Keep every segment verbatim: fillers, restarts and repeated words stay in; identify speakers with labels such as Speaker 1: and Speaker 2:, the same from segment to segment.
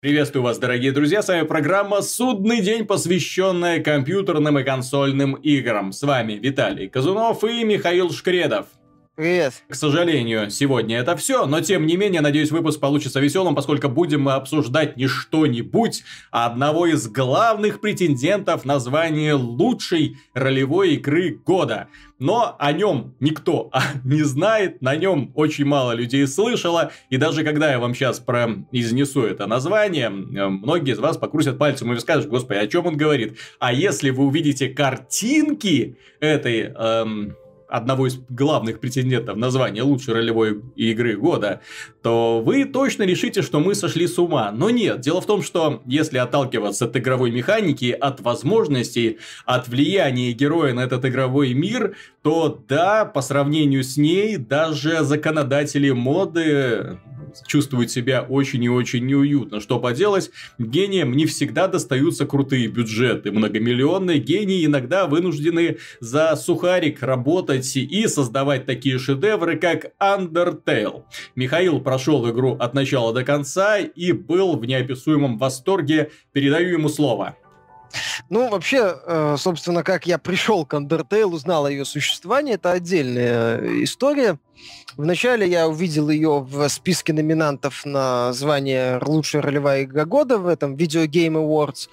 Speaker 1: Приветствую вас, дорогие друзья, с вами программа «Судный день», посвященная компьютерным и консольным играм. С вами Виталий Казунов и Михаил Шкредов.
Speaker 2: Привет.
Speaker 1: К сожалению, сегодня это все, но тем не менее, надеюсь, выпуск получится веселым, поскольку будем мы обсуждать не что-нибудь, а одного из главных претендентов на звание лучшей ролевой игры года. Но о нем никто не знает, на нем очень мало людей слышало, и даже когда я вам сейчас произнесу это название, многие из вас покрутят пальцем и скажут: господи, о чем он говорит? А если вы увидите картинки этой... Эм... одного из главных претендентов на звание лучшей ролевой игры года, то вы точно решите, что мы сошли с ума. Но нет, дело в том, что если отталкиваться от игровой механики, от возможностей, от влияния героя на этот игровой мир, то да, по сравнению с ней, даже законодатели моды чувствуют себя очень и очень неуютно. Что поделать, гениям не всегда достаются крутые бюджеты. Многомиллионные гении иногда вынуждены за сухарик работать и создавать такие шедевры, как Undertale. Михаил прошел игру от начала до конца и был в неописуемом восторге. Передаю ему слово.
Speaker 2: Ну, вообще, собственно, как я пришел к Undertale, узнал о ее существовании, это отдельная история. Вначале я увидел ее в списке номинантов на звание «Лучшая ролевая игра года» в этом Video Game Awards.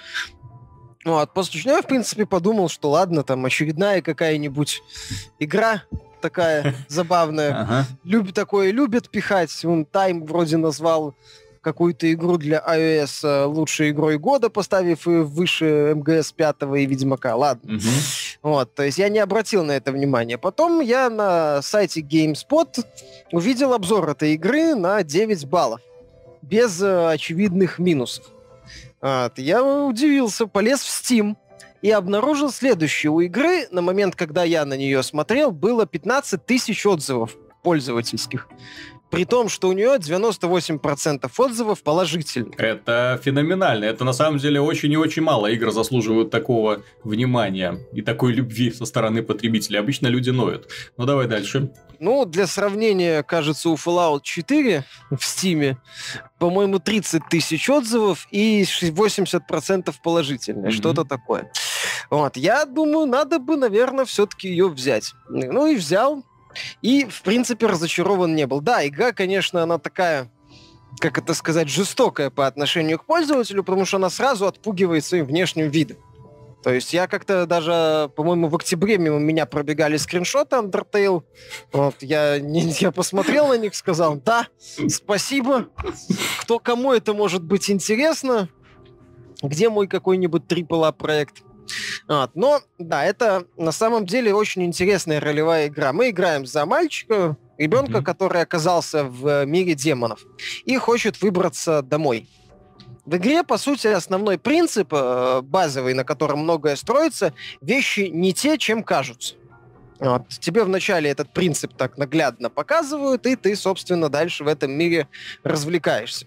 Speaker 2: Вот, после чего я, в принципе, подумал, что ладно, там очередная какая-нибудь игра такая забавная. Любит такое, любит пихать. Он Time вроде назвал какую-то игру для iOS лучшей игрой года, поставив ее выше эм гэ эс пять и Ведьмака. Ладно. Угу. Вот, то есть я не обратил на это внимания. Потом я на сайте GameSpot увидел обзор этой игры на девять баллов. Без э, очевидных минусов. Вот, я удивился, полез в Steam и обнаружил следующее. У игры на момент, когда я на нее смотрел, было пятнадцать тысяч отзывов пользовательских. При том, что у нее девяносто восемь процентов отзывов положительных.
Speaker 1: Это феноменально. Это на самом деле очень и очень мало игр заслуживают такого внимания и такой любви со стороны потребителей. Обычно люди ноют. Ну давай дальше.
Speaker 2: Ну, для сравнения, кажется, у Fallout четыре в Steam, по-моему, тридцать тысяч отзывов и восемьдесят процентов положительные. Mm-hmm. Что-то такое. Вот. Я думаю, надо бы, наверное, все-таки ее взять. Ну и взял. И, в принципе, разочарован не был. Да, игра, конечно, она такая, как это сказать, жестокая по отношению к пользователю, потому что она сразу отпугивает своим внешним видом. То есть я как-то даже, по-моему, в октябре мимо меня пробегали скриншоты Undertale. Вот, я, не, я посмотрел на них, сказал: да, спасибо. Кто, кому это может быть интересно? Где мой какой-нибудь трипл А проект? Вот. Но, да, это на самом деле очень интересная ролевая игра. Мы играем за мальчика, ребенка, mm-hmm. который оказался в мире демонов и хочет выбраться домой. В игре, по сути, основной принцип, базовый, на котором многое строится, вещи не те, чем кажутся. Вот. Тебе вначале этот принцип так наглядно показывают, и ты, собственно, дальше в этом мире развлекаешься.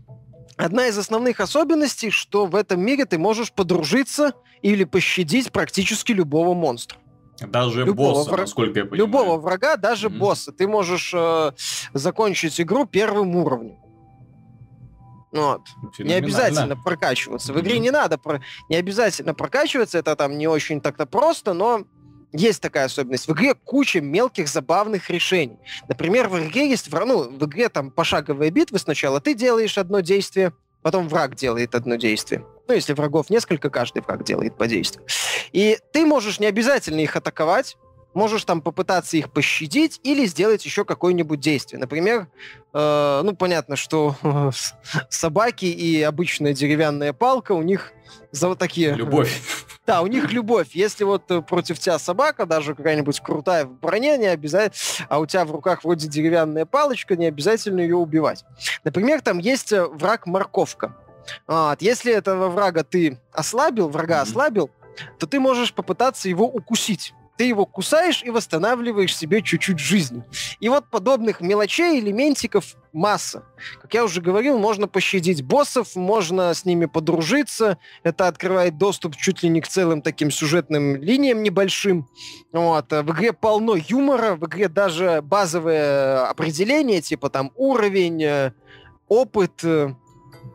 Speaker 2: Одна из основных особенностей, что в этом мире ты можешь подружиться или пощадить практически любого монстра.
Speaker 1: Даже любого босса, враг... насколько я понимаю.
Speaker 2: Любого врага, даже mm-hmm. босса. Ты можешь э, закончить игру первым уровнем. Вот. Не обязательно прокачиваться. Mm-hmm. В игре не надо, про... не обязательно прокачиваться, это там не очень так-то просто, но есть такая особенность. В игре куча мелких забавных решений. Например, в игре есть, ну, в игре там пошаговые битвы. Сначала ты делаешь одно действие, потом враг делает одно действие. Ну, если врагов несколько, каждый враг делает по действию. И ты можешь не обязательно их атаковать, можешь там попытаться их пощадить или сделать еще какое-нибудь действие. Например, э, ну, понятно, что э, собаки и обычная деревянная палка, у них за вот такие...
Speaker 1: Любовь.
Speaker 2: Да, у них любовь. Если вот против тебя собака, даже какая-нибудь крутая в броне, не обязательно, а у тебя в руках вроде деревянная палочка, не обязательно ее убивать. Например, там есть враг морковка. Вот. Если этого врага ты ослабил, врага mm-hmm. ослабил, то ты можешь попытаться его укусить. Ты его кусаешь и восстанавливаешь себе чуть-чуть жизни. И вот подобных мелочей, элементиков масса. Как я уже говорил, можно пощадить боссов, можно с ними подружиться. Это открывает доступ чуть ли не к целым таким сюжетным линиям небольшим. Вот. В игре полно юмора, в игре даже базовые определения, типа там уровень, опыт,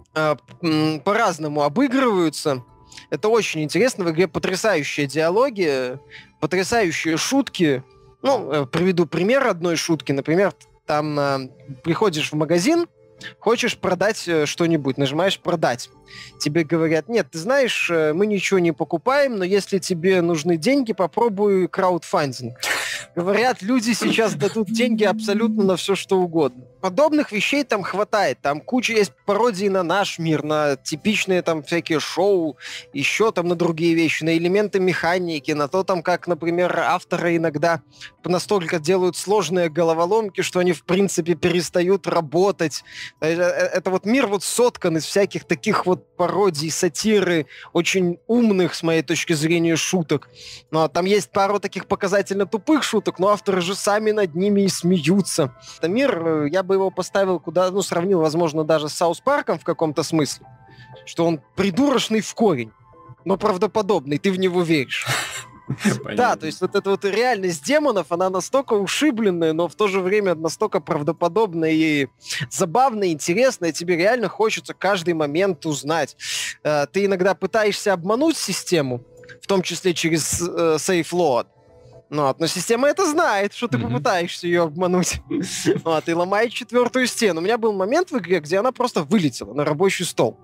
Speaker 2: э, м, по-разному обыгрываются. Это очень интересно. В игре потрясающие диалоги, потрясающие шутки. Ну, э, приведу пример одной шутки. Например, там э, приходишь в магазин, хочешь продать э, что-нибудь, нажимаешь «продать». Тебе говорят: нет, ты знаешь, э, мы ничего не покупаем, но если тебе нужны деньги, попробуй краудфандинг. Говорят, люди сейчас дадут деньги абсолютно на все, что угодно. Подобных вещей там хватает. Там куча есть пародий на наш мир, на типичные там всякие шоу, еще там на другие вещи, на элементы механики, на то там, как, например, авторы иногда настолько делают сложные головоломки, что они, в принципе, перестают работать. Это вот мир вот соткан из всяких таких вот пародий, сатиры, очень умных, с моей точки зрения, шуток. Но там есть пару таких показательно тупых шуток, но авторы же сами над ними и смеются. Это мир, я бы его поставил куда, ну, сравнил, возможно, даже с Саус Парком в каком-то смысле, что он придурочный в корень, но правдоподобный, ты в него веришь. Понятно. Да, то есть вот эта вот реальность демонов, она настолько ушибленная, но в то же время настолько правдоподобная и забавная, интересная, тебе реально хочется каждый момент узнать. Ты иногда пытаешься обмануть систему, в том числе через э, safe load. Ну, но система это знает, что ты mm-hmm. попытаешься ее обмануть. Вот, и ломает четвертую стену. У меня был момент в игре, где она просто вылетела на рабочий стол.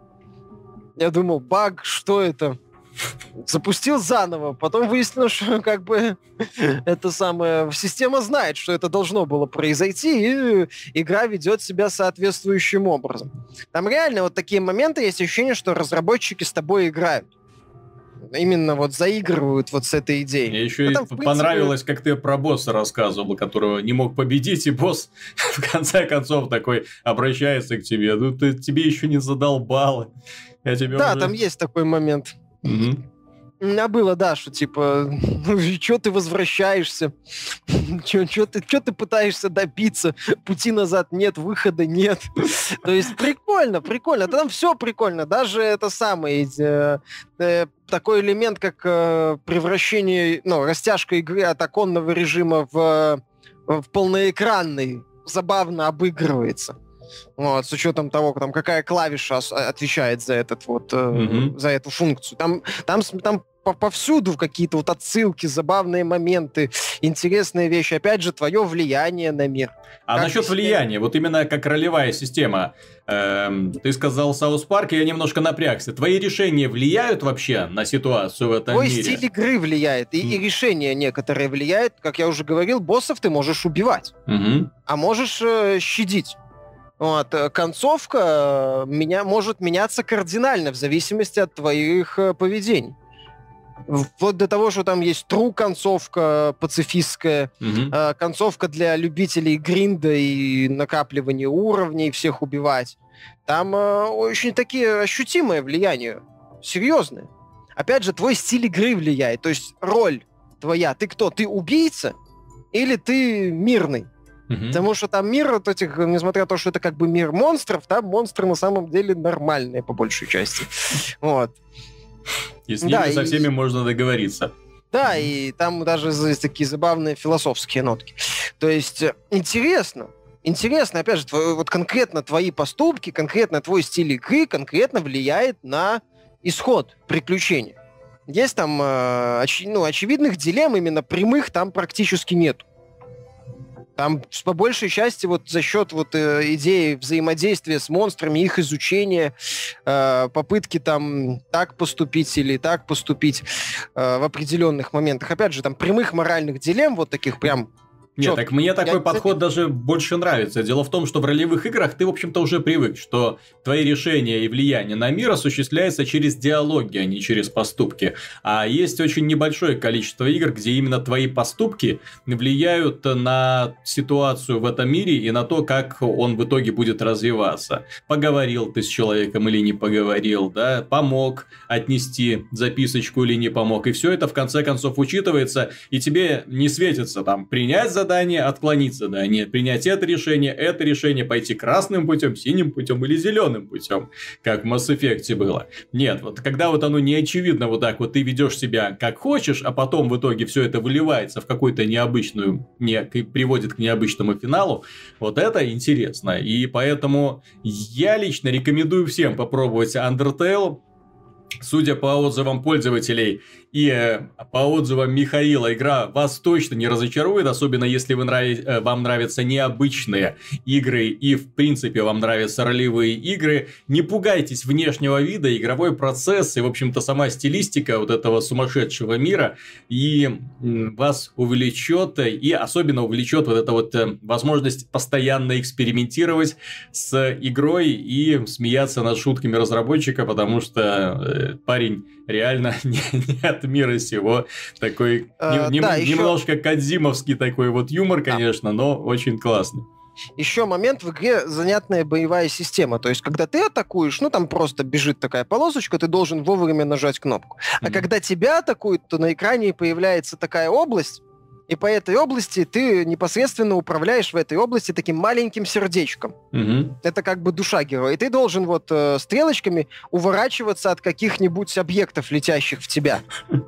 Speaker 2: Я думал, баг, что это? Запустил заново. Потом выяснилось, что как бы это самое... Система знает, что это должно было произойти, и игра ведет себя соответствующим образом. Там реально вот такие моменты, есть ощущение, что разработчики с тобой играют. Именно вот заигрывают вот с этой идеей.
Speaker 1: Мне еще там, принципе... понравилось, как ты про босса рассказывал, которого не мог победить, и босс в конце концов такой обращается к тебе. Ну, ты, тебе еще не задолбало. Я тебе
Speaker 2: да,
Speaker 1: уже...
Speaker 2: там есть такой момент.
Speaker 1: Угу.
Speaker 2: У меня было, да, что типа, ну, что ты возвращаешься? Что ты, ты пытаешься добиться? Пути назад нет, выхода нет. То есть прикольно, прикольно. Там все прикольно. Даже это самое, э, э, такой элемент, как э, превращение, ну, растяжка игры от оконного режима в, в полноэкранный, забавно обыгрывается. Вот, с учетом того, там, какая клавиша отвечает за этот вот, mm-hmm. э, за эту функцию. Там, там, там повсюду какие-то вот отсылки, забавные моменты, интересные вещи. Опять же, твое влияние на мир.
Speaker 1: А как насчет влияния, вот именно как ролевая система. Эм, ты сказал Саус Парк, и я немножко напрягся. Твои решения влияют вообще на ситуацию в этом
Speaker 2: Твой
Speaker 1: мире? Твой
Speaker 2: стиль игры влияет, и, mm. и решения некоторые влияют. Как я уже говорил, боссов ты можешь убивать, mm-hmm. а можешь э, щадить. Вот, концовка меня, может меняться кардинально в зависимости от твоих э, поведений. Вплоть до того, что там есть true концовка пацифистская, mm-hmm. э, концовка для любителей гринда и накапливания уровней, всех убивать. Там э, очень такие ощутимые влияния, серьезные. Опять же, твой стиль игры влияет, то есть роль твоя. Ты кто? Ты убийца или ты мирный? Uh-huh. Потому что там мир вот этих, несмотря на то, что это как бы мир монстров, там монстры на самом деле нормальные, по большей части. Вот.
Speaker 1: И с ними да, со и... всеми можно договориться.
Speaker 2: Да, и там даже есть такие забавные философские нотки. То есть интересно, интересно, опять же, твой, вот конкретно твои поступки, конкретно твой стиль игры конкретно влияет на исход приключения. Есть там э, оч... ну, очевидных дилемм, именно прямых там практически нету. Там, по большей части, вот за счет вот, э, идеи взаимодействия с монстрами, их изучения, э, попытки там так поступить или так поступить э, в определенных моментах. Опять же, там прямых моральных дилемм, вот таких прям...
Speaker 1: Нет,
Speaker 2: Чё?
Speaker 1: так мне такой
Speaker 2: Я,
Speaker 1: подход
Speaker 2: кстати...
Speaker 1: даже больше нравится. Дело в том, что в ролевых играх ты, в общем-то, уже привык, что твои решения и влияние на мир осуществляется через диалоги, а не через поступки. А есть очень небольшое количество игр, где именно твои поступки влияют на ситуацию в этом мире и на то, как он в итоге будет развиваться. Поговорил ты с человеком или не поговорил, да? Помог отнести записочку или не помог. И все это в конце концов учитывается, и тебе не светится там принять задание, задание, отклонить задание, принять это решение, это решение, пойти красным путем, синим путем или зеленым путем, как в Mass Effect было. Нет, вот когда вот оно не очевидно, вот так вот ты ведешь себя как хочешь, а потом в итоге все это выливается в какую-то необычную, не, приводит к необычному финалу, вот это интересно. И поэтому я лично рекомендую всем попробовать Undertale. Судя по отзывам пользователей и э, по отзывам Михаила, игра вас точно не разочарует, особенно если вы нрави- э, вам нравятся необычные игры и, в принципе, вам нравятся ролевые игры. Не пугайтесь внешнего вида, игровой процесс и, в общем-то, сама стилистика вот этого сумасшедшего мира и м, вас увлечет, и особенно увлечет вот эта вот э, возможность постоянно экспериментировать с игрой и смеяться над шутками разработчика, потому что э, парень реально не, не от мира сего. Такой
Speaker 2: э,
Speaker 1: не,
Speaker 2: да,
Speaker 1: не,
Speaker 2: еще...
Speaker 1: немножко кодзимовский такой вот юмор, конечно, да. Но очень классный.
Speaker 2: Еще момент в игре — занятная боевая система. То есть, когда ты атакуешь, ну, там просто бежит такая полосочка, ты должен вовремя нажать кнопку. А mm-hmm. когда тебя атакуют, то на экране появляется такая область, и по этой области ты непосредственно управляешь в этой области таким маленьким сердечком. Mm-hmm. Это как бы душа героя. И ты должен вот э, стрелочками уворачиваться от каких-нибудь объектов, летящих в тебя.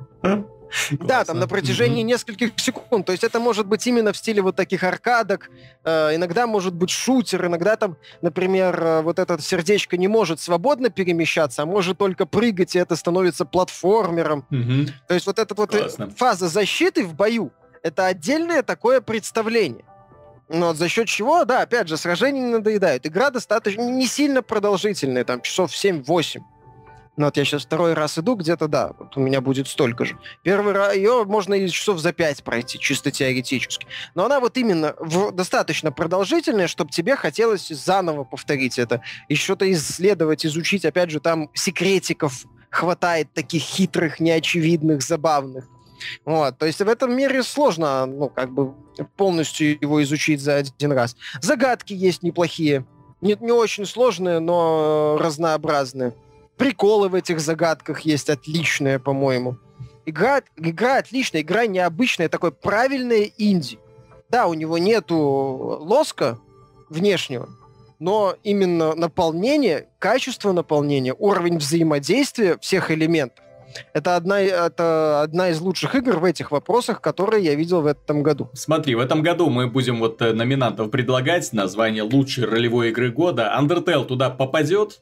Speaker 2: Да, там на протяжении mm-hmm. нескольких секунд. То есть это может быть именно в стиле вот таких аркадок. Э, иногда может быть шутер, иногда там, например, э, вот это сердечко не может свободно перемещаться, а может только прыгать, и это становится платформером. Mm-hmm. То есть вот эта вот фаза защиты в бою — это отдельное такое представление. Но за счет чего, да, опять же, сражения не надоедают. Игра достаточно не сильно продолжительная, там часов семь-восемь. Ну вот я сейчас второй раз иду, где-то, да, вот у меня будет столько же. Первый раз ее можно и часов за пять пройти, чисто теоретически. Но она вот именно в, достаточно продолжительная, чтобы тебе хотелось заново повторить это. И что-то исследовать, изучить. Опять же, там секретиков хватает, таких хитрых, неочевидных, забавных. Вот, то есть в этом мире сложно, ну, как бы полностью его изучить за один раз. Загадки есть неплохие. Не, не очень сложные, но разнообразные. Приколы в этих загадках есть отличные, по-моему. Игра, игра отличная, игра необычная, такое правильное инди. Да, у него нету лоска внешнего, но именно наполнение, качество наполнения, уровень взаимодействия всех элементов — это одна, это одна из лучших игр в этих вопросах, которые я видел в этом году.
Speaker 1: Смотри, в этом году мы будем вот номинантов предлагать, название лучшей ролевой игры года. Undertale туда попадет?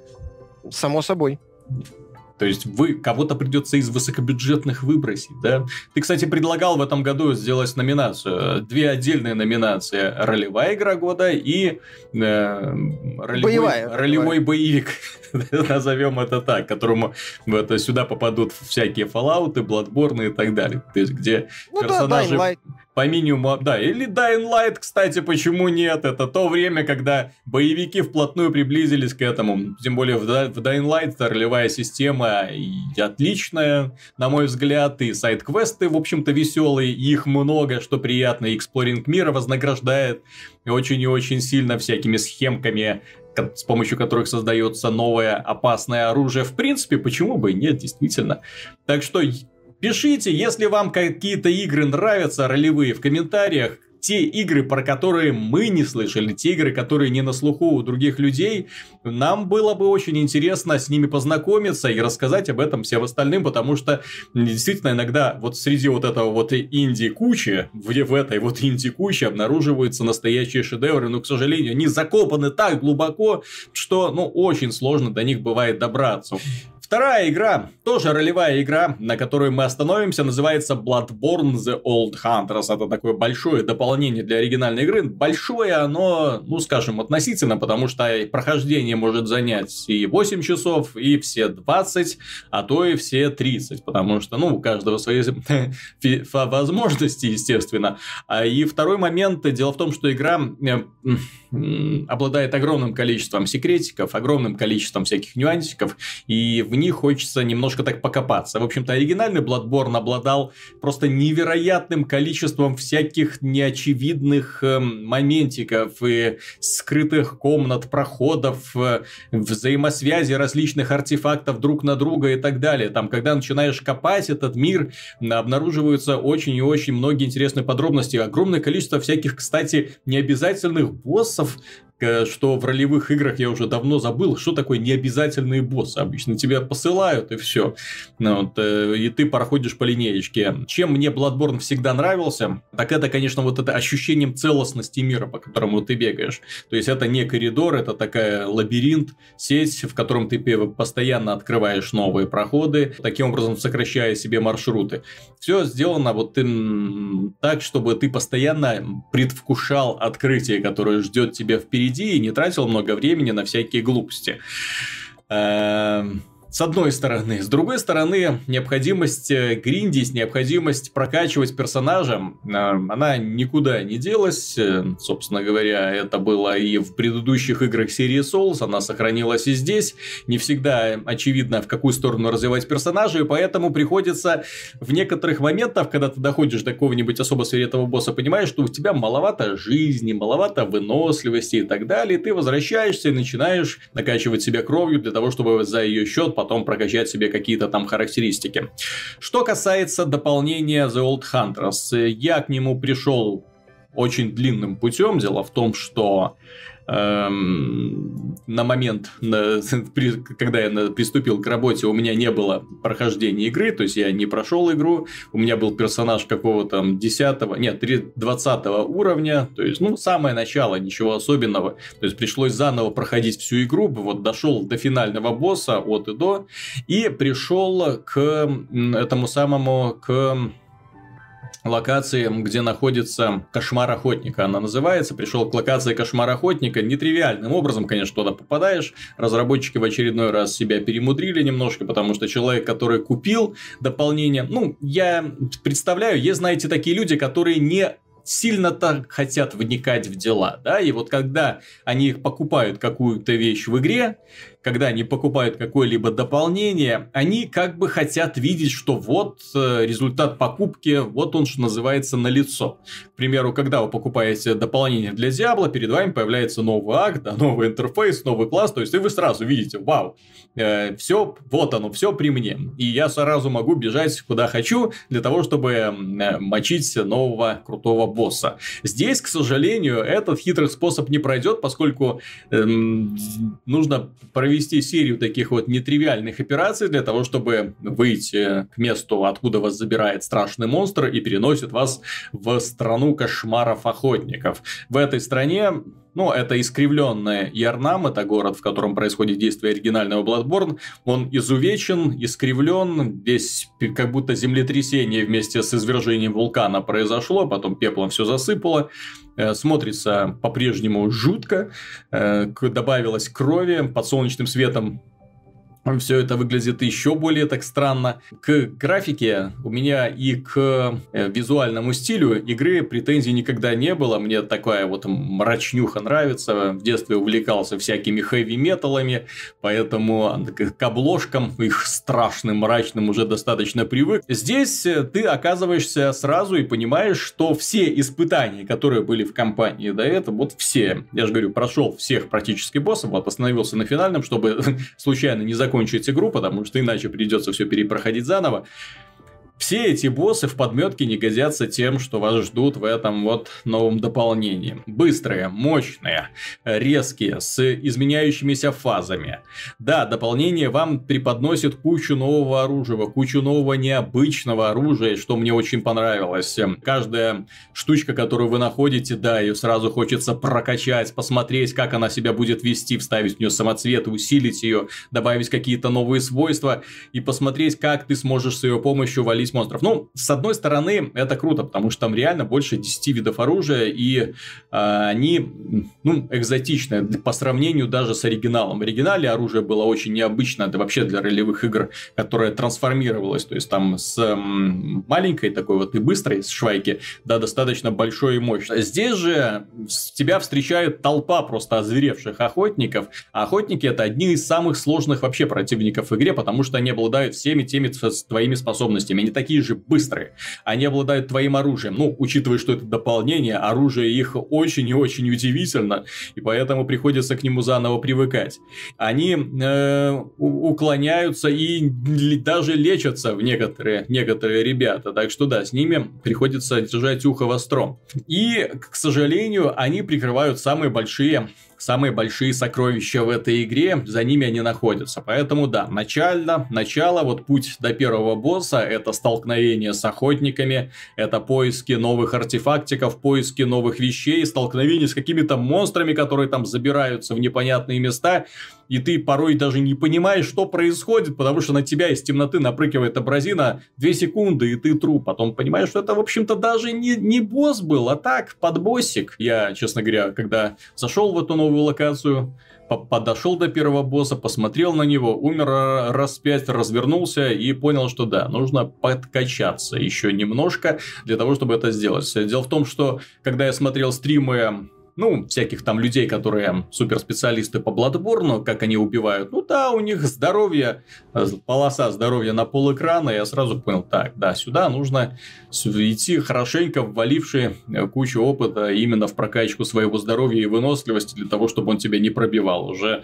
Speaker 2: Само собой.
Speaker 1: То есть вы кого-то придется из высокобюджетных выбросить, да? Ты, кстати, предлагал в этом году сделать номинацию, две отдельные номинации: ролевая игра года и э, ролевой,
Speaker 2: боевая,
Speaker 1: ролевой боевик, назовем это так, которому вот, сюда попадут всякие Fallout, Bloodborne и так далее. То есть где ну, персонажи... Да, по минимуму, да, или Dying Light, кстати, почему нет? Это то время, когда боевики вплотную приблизились к этому. Тем более в Dying Light ролевая система и отличная, на мой взгляд, и сайд-квесты, в общем-то, веселые, и их много, что приятно, и эксплоринг мира вознаграждает очень и очень сильно всякими схемками, с помощью которых создается новое опасное оружие. В принципе, почему бы и нет, действительно. Так что... Пишите, если вам какие-то игры нравятся, ролевые, в комментариях. Те игры, про которые мы не слышали, те игры, которые не на слуху у других людей, нам было бы очень интересно с ними познакомиться и рассказать об этом всем остальным, потому что действительно иногда вот среди вот этого вот инди-кучи, в, в этой вот инди-куче обнаруживаются настоящие шедевры, но, к сожалению, они закопаны так глубоко, что, ну, очень сложно до них бывает добраться. Вторая игра, тоже ролевая игра, на которой мы остановимся, называется Bloodborne The Old Hunters. Это такое большое дополнение для оригинальной игры. Большое оно, ну скажем, относительно, потому что прохождение может занять и восемь часов, и все двадцать, а то и все тридцать, потому что, ну, у каждого свои возможности, естественно. И второй момент, дело в том, что игра обладает огромным количеством секретиков, огромным количеством всяких нюансиков, и в них хочется немножко так покопаться. В общем-то, оригинальный Bloodborne обладал просто невероятным количеством всяких неочевидных э, моментиков и скрытых комнат, проходов, э, взаимосвязи различных артефактов друг на друга и так далее. Там, когда начинаешь копать этот мир, обнаруживаются очень и очень многие интересные подробности. Огромное количество всяких, кстати, необязательных боссов, что в ролевых играх я уже давно забыл, что такое необязательные боссы. Обычно тебя посылают, и все. Ну, вот, и ты проходишь по линеечке. Чем мне Bloodborne всегда нравился, так это, конечно, вот это ощущением целостности мира, по которому ты бегаешь. То есть, это не коридор, это такая лабиринт, сеть, в котором ты постоянно открываешь новые проходы, таким образом сокращая себе маршруты. Все сделано вот так, чтобы ты постоянно предвкушал открытие, которое ждет тебя впереди, и не тратил много времени на всякие глупости. С одной стороны. С другой стороны, необходимость гриндить, необходимость прокачивать персонажа, она никуда не делась. Собственно говоря, это было и в предыдущих играх серии Souls, она сохранилась и здесь. Не всегда очевидно, в какую сторону развивать персонажа, и поэтому приходится в некоторых моментах, когда ты доходишь до какого-нибудь особо свирепого босса, понимаешь, что у тебя маловато жизни, маловато выносливости и так далее, и ты возвращаешься и начинаешь накачивать себя кровью для того, чтобы за ее счет потом прокачать себе какие-то там характеристики. Что касается дополнения The Old Hunters, я к нему пришел очень длинным путем. Дело в том, что эм, на момент, на, при, когда я приступил к работе, у меня не было прохождения игры, то есть я не прошел игру, у меня был персонаж какого-то десятого, нет, двадцатого уровня, то есть, ну, самое начало, ничего особенного, то есть пришлось заново проходить всю игру, вот дошел до финального босса от и до, и пришел к этому самому, к локации, где находится Кошмар Охотника, она называется. Пришел к локации Кошмар Охотника. Нетривиальным образом, конечно, туда попадаешь. Разработчики в очередной раз себя перемудрили немножко, потому что человек, который купил дополнение, ну, я представляю, есть, знаете, такие люди, которые не сильно так хотят вникать в дела, да, и вот когда они покупают какую-то вещь в игре, когда они покупают какое-либо дополнение, они как бы хотят видеть, что вот результат покупки, вот он, что называется, налицо. К примеру, когда вы покупаете дополнение для Diablo, перед вами появляется новый акт, да, новый интерфейс, новый класс, то есть, и вы сразу видите, вау, э, все, вот оно, все при мне. И я сразу могу бежать куда хочу, для того, чтобы э, мочить нового крутого босса. Здесь, к сожалению, этот хитрый способ не пройдет, поскольку э, нужно провести провести серию таких вот нетривиальных операций для того, чтобы выйти к месту, откуда вас забирает страшный монстр и переносит вас в страну кошмаров охотников. В этой стране, ну, это искривленная Ярнам, это город, в котором происходит действие оригинального Bloodborne. Он изувечен, искривлен, весь как будто землетрясение вместе с извержением вулкана произошло, потом пеплом все засыпало. Смотрится по-прежнему жутко, добавилось крови, под солнечным светом все это выглядит еще более так странно. К графике у меня и к визуальному стилю игры претензий никогда не было. Мне такая вот мрачнюха нравится. В детстве увлекался всякими хэви-металами, поэтому к обложкам их страшным, мрачным уже достаточно привык. Здесь ты оказываешься сразу и понимаешь, что все испытания, которые были в кампании до этого, вот все, я же говорю, прошел всех практически боссов, вот остановился на финальном, чтобы случайно не закончить закончить игру, потому что иначе придется все перепроходить заново. Все эти боссы в подметке не годятся тем, что вас ждут в этом вот новом дополнении. Быстрые, мощные, резкие, с изменяющимися фазами. Да, дополнение вам преподносит кучу нового оружия, кучу нового необычного оружия, что мне очень понравилось. Каждая штучка, которую вы находите, да, ее сразу хочется прокачать, посмотреть, как она себя будет вести, вставить в нее самоцветы, усилить ее, добавить какие-то новые свойства и посмотреть, как ты сможешь с ее помощью валить из монстров. Ну, с одной стороны, это круто, потому что там реально больше десяти видов оружия, и а, они, ну, экзотичны по сравнению даже с оригиналом. В оригинале оружие было очень необычно, это вообще для ролевых игр, которое трансформировалось, то есть там с м, маленькой такой вот и быстрой, с швайки, до достаточно большой и мощной. Здесь же тебя встречает толпа просто озверевших охотников, а охотники это одни из самых сложных вообще противников в игре, потому что они обладают всеми теми твоими способностями, они такие же быстрые, они обладают твоим оружием, ну, учитывая, что это дополнение, оружие их очень и очень удивительно, и поэтому приходится к нему заново привыкать. Они э, уклоняются и даже лечатся в некоторые, некоторые ребята, так что да, с ними приходится держать ухо востро. И, к сожалению, они прикрывают самые большие Самые большие сокровища в этой игре, за ними они находятся. Поэтому да, начально, начало, вот путь до первого босса, это столкновение с охотниками, это поиски новых артефактиков, поиски новых вещей, столкновение с какими-то монстрами, которые там забираются в непонятные места, и ты порой даже не понимаешь, что происходит, потому что на тебя из темноты напрыгивает абразина две секунды, и ты труп. Потом понимаешь, что это, в общем-то, даже не, не босс был, а так, подбоссик. Я, честно говоря, когда зашел в эту новую локацию, подошел до первого босса, посмотрел на него, умер раз пять, развернулся и понял, что да, нужно подкачаться еще немножко для того, чтобы это сделать. Дело в том, что когда я смотрел стримы, ну, всяких там людей, которые суперспециалисты по Bloodborne, как они убивают, ну да, у них здоровье, полоса здоровья на пол экрана, я сразу понял, так, да, сюда нужно идти хорошенько, вваливший кучу опыта именно в прокачку своего здоровья и выносливости, для того, чтобы он тебя не пробивал уже.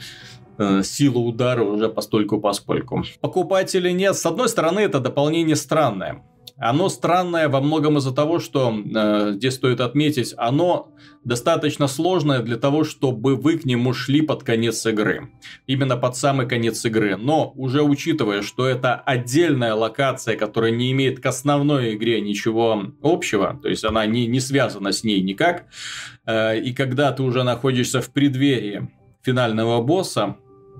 Speaker 1: Сила удара уже постольку-поскольку. Покупателей нет. С одной стороны, это дополнение странное. Оно странное во многом из-за того, что, э, здесь стоит отметить, оно достаточно сложное для того, чтобы вы к нему шли под конец игры. Именно под самый конец игры. Но уже учитывая, что это отдельная локация, которая не имеет к основной игре ничего общего, то есть она не, не связана с ней никак, э, и когда ты уже находишься в преддверии финального босса,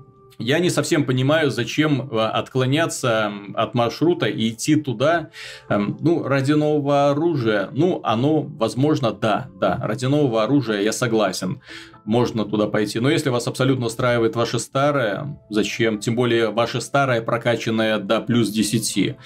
Speaker 1: я не совсем понимаю, зачем отклоняться от маршрута и идти туда, ну, ради нового оружия. Ну, оно, возможно, да, да, ради нового оружия я согласен. Можно туда пойти. Но если вас абсолютно устраивает ваше старое, зачем? Тем более, ваше старое прокачанное до плюс десять.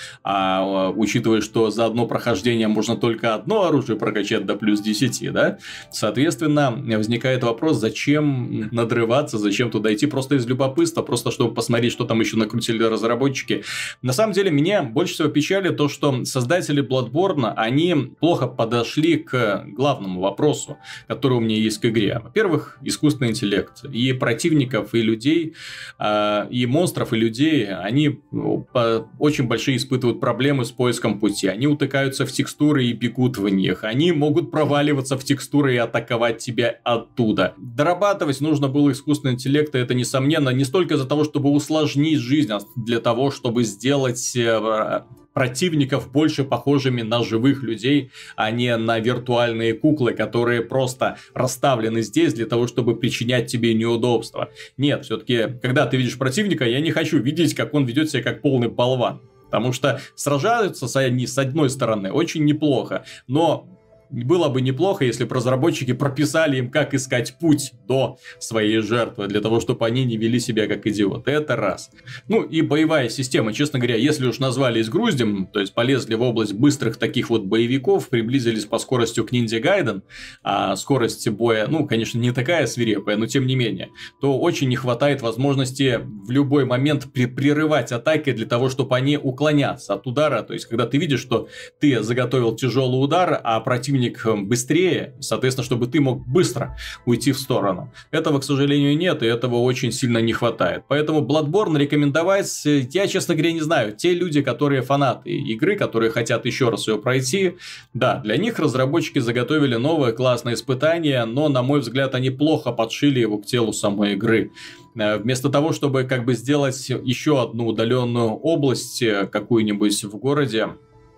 Speaker 1: А учитывая, что за одно прохождение можно только одно оружие прокачать до плюс десять, да? Соответственно, возникает вопрос, зачем надрываться, зачем туда идти? Просто из любопытства, просто чтобы посмотреть, что там еще накрутили разработчики. На самом деле, меня больше всего печалит то, что создатели Bloodborne, они плохо подошли к главному вопросу, который у меня есть к игре. Во-первых, искусственный интеллект. И противников, и людей, э, и монстров, и людей, они э, очень большие испытывают проблемы с поиском пути. Они утыкаются в текстуры и бегут в них. Они могут проваливаться в текстуры и атаковать тебя оттуда. Дорабатывать нужно было искусственный интеллект, и это, несомненно, не столько из-за того, чтобы усложнить жизнь, а для того, чтобы сделать э, противников больше похожими на живых людей, а не на виртуальные куклы, которые просто расставлены здесь для того, чтобы причинять тебе неудобства. Нет, все-таки, когда ты видишь противника, я не хочу видеть, как он ведет себя как полный болван. Потому что сражаются они с одной стороны очень неплохо, но было бы неплохо, если бы разработчики прописали им, как искать путь до своей жертвы, для того, чтобы они не вели себя как идиоты. Это раз. Ну и боевая система, честно говоря, если уж назвали изгруздем, то есть полезли в область быстрых таких вот боевиков, приблизились по скорости к Ninja Gaiden, а скорость боя, ну, конечно, не такая свирепая, но тем не менее, то очень не хватает возможности в любой момент при- прерывать атаки для того, чтобы они уклоняться от удара. То есть, когда ты видишь, что ты заготовил тяжелый удар, а противник быстрее, соответственно, чтобы ты мог быстро уйти в сторону. Этого, к сожалению, нет, и этого очень сильно не хватает. Поэтому Bloodborne рекомендовать, я, честно говоря, не знаю. Те люди, которые фанаты игры, которые хотят еще раз ее пройти, да, для них разработчики заготовили новое классное испытание, но, на мой взгляд, они плохо подшили его к телу самой игры. Вместо того, чтобы как бы сделать еще одну удаленную область какую-нибудь в городе,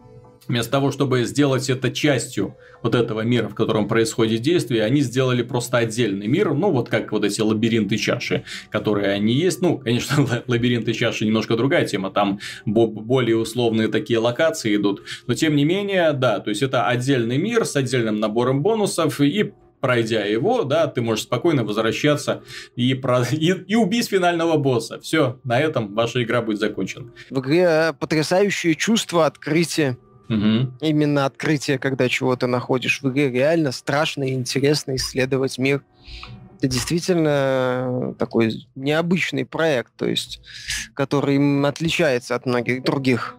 Speaker 1: Вместо того, чтобы сделать это частью вот этого мира, в котором происходит действие, они сделали просто отдельный мир, ну, вот как вот эти лабиринты чаши, которые они есть. Ну, конечно, лабиринты чаши немножко другая тема, там более условные такие локации идут, но тем не менее, да, то есть это отдельный мир с отдельным набором бонусов, и пройдя его, да, ты можешь спокойно возвращаться и, про... и, и убить финального босса. Все, на этом ваша игра будет закончена.
Speaker 2: В игре потрясающее чувство открытия.
Speaker 1: Угу.
Speaker 2: Именно открытие, когда чего-то находишь в игре, реально страшно и интересно исследовать мир. Это действительно такой необычный проект, то есть, который отличается от многих других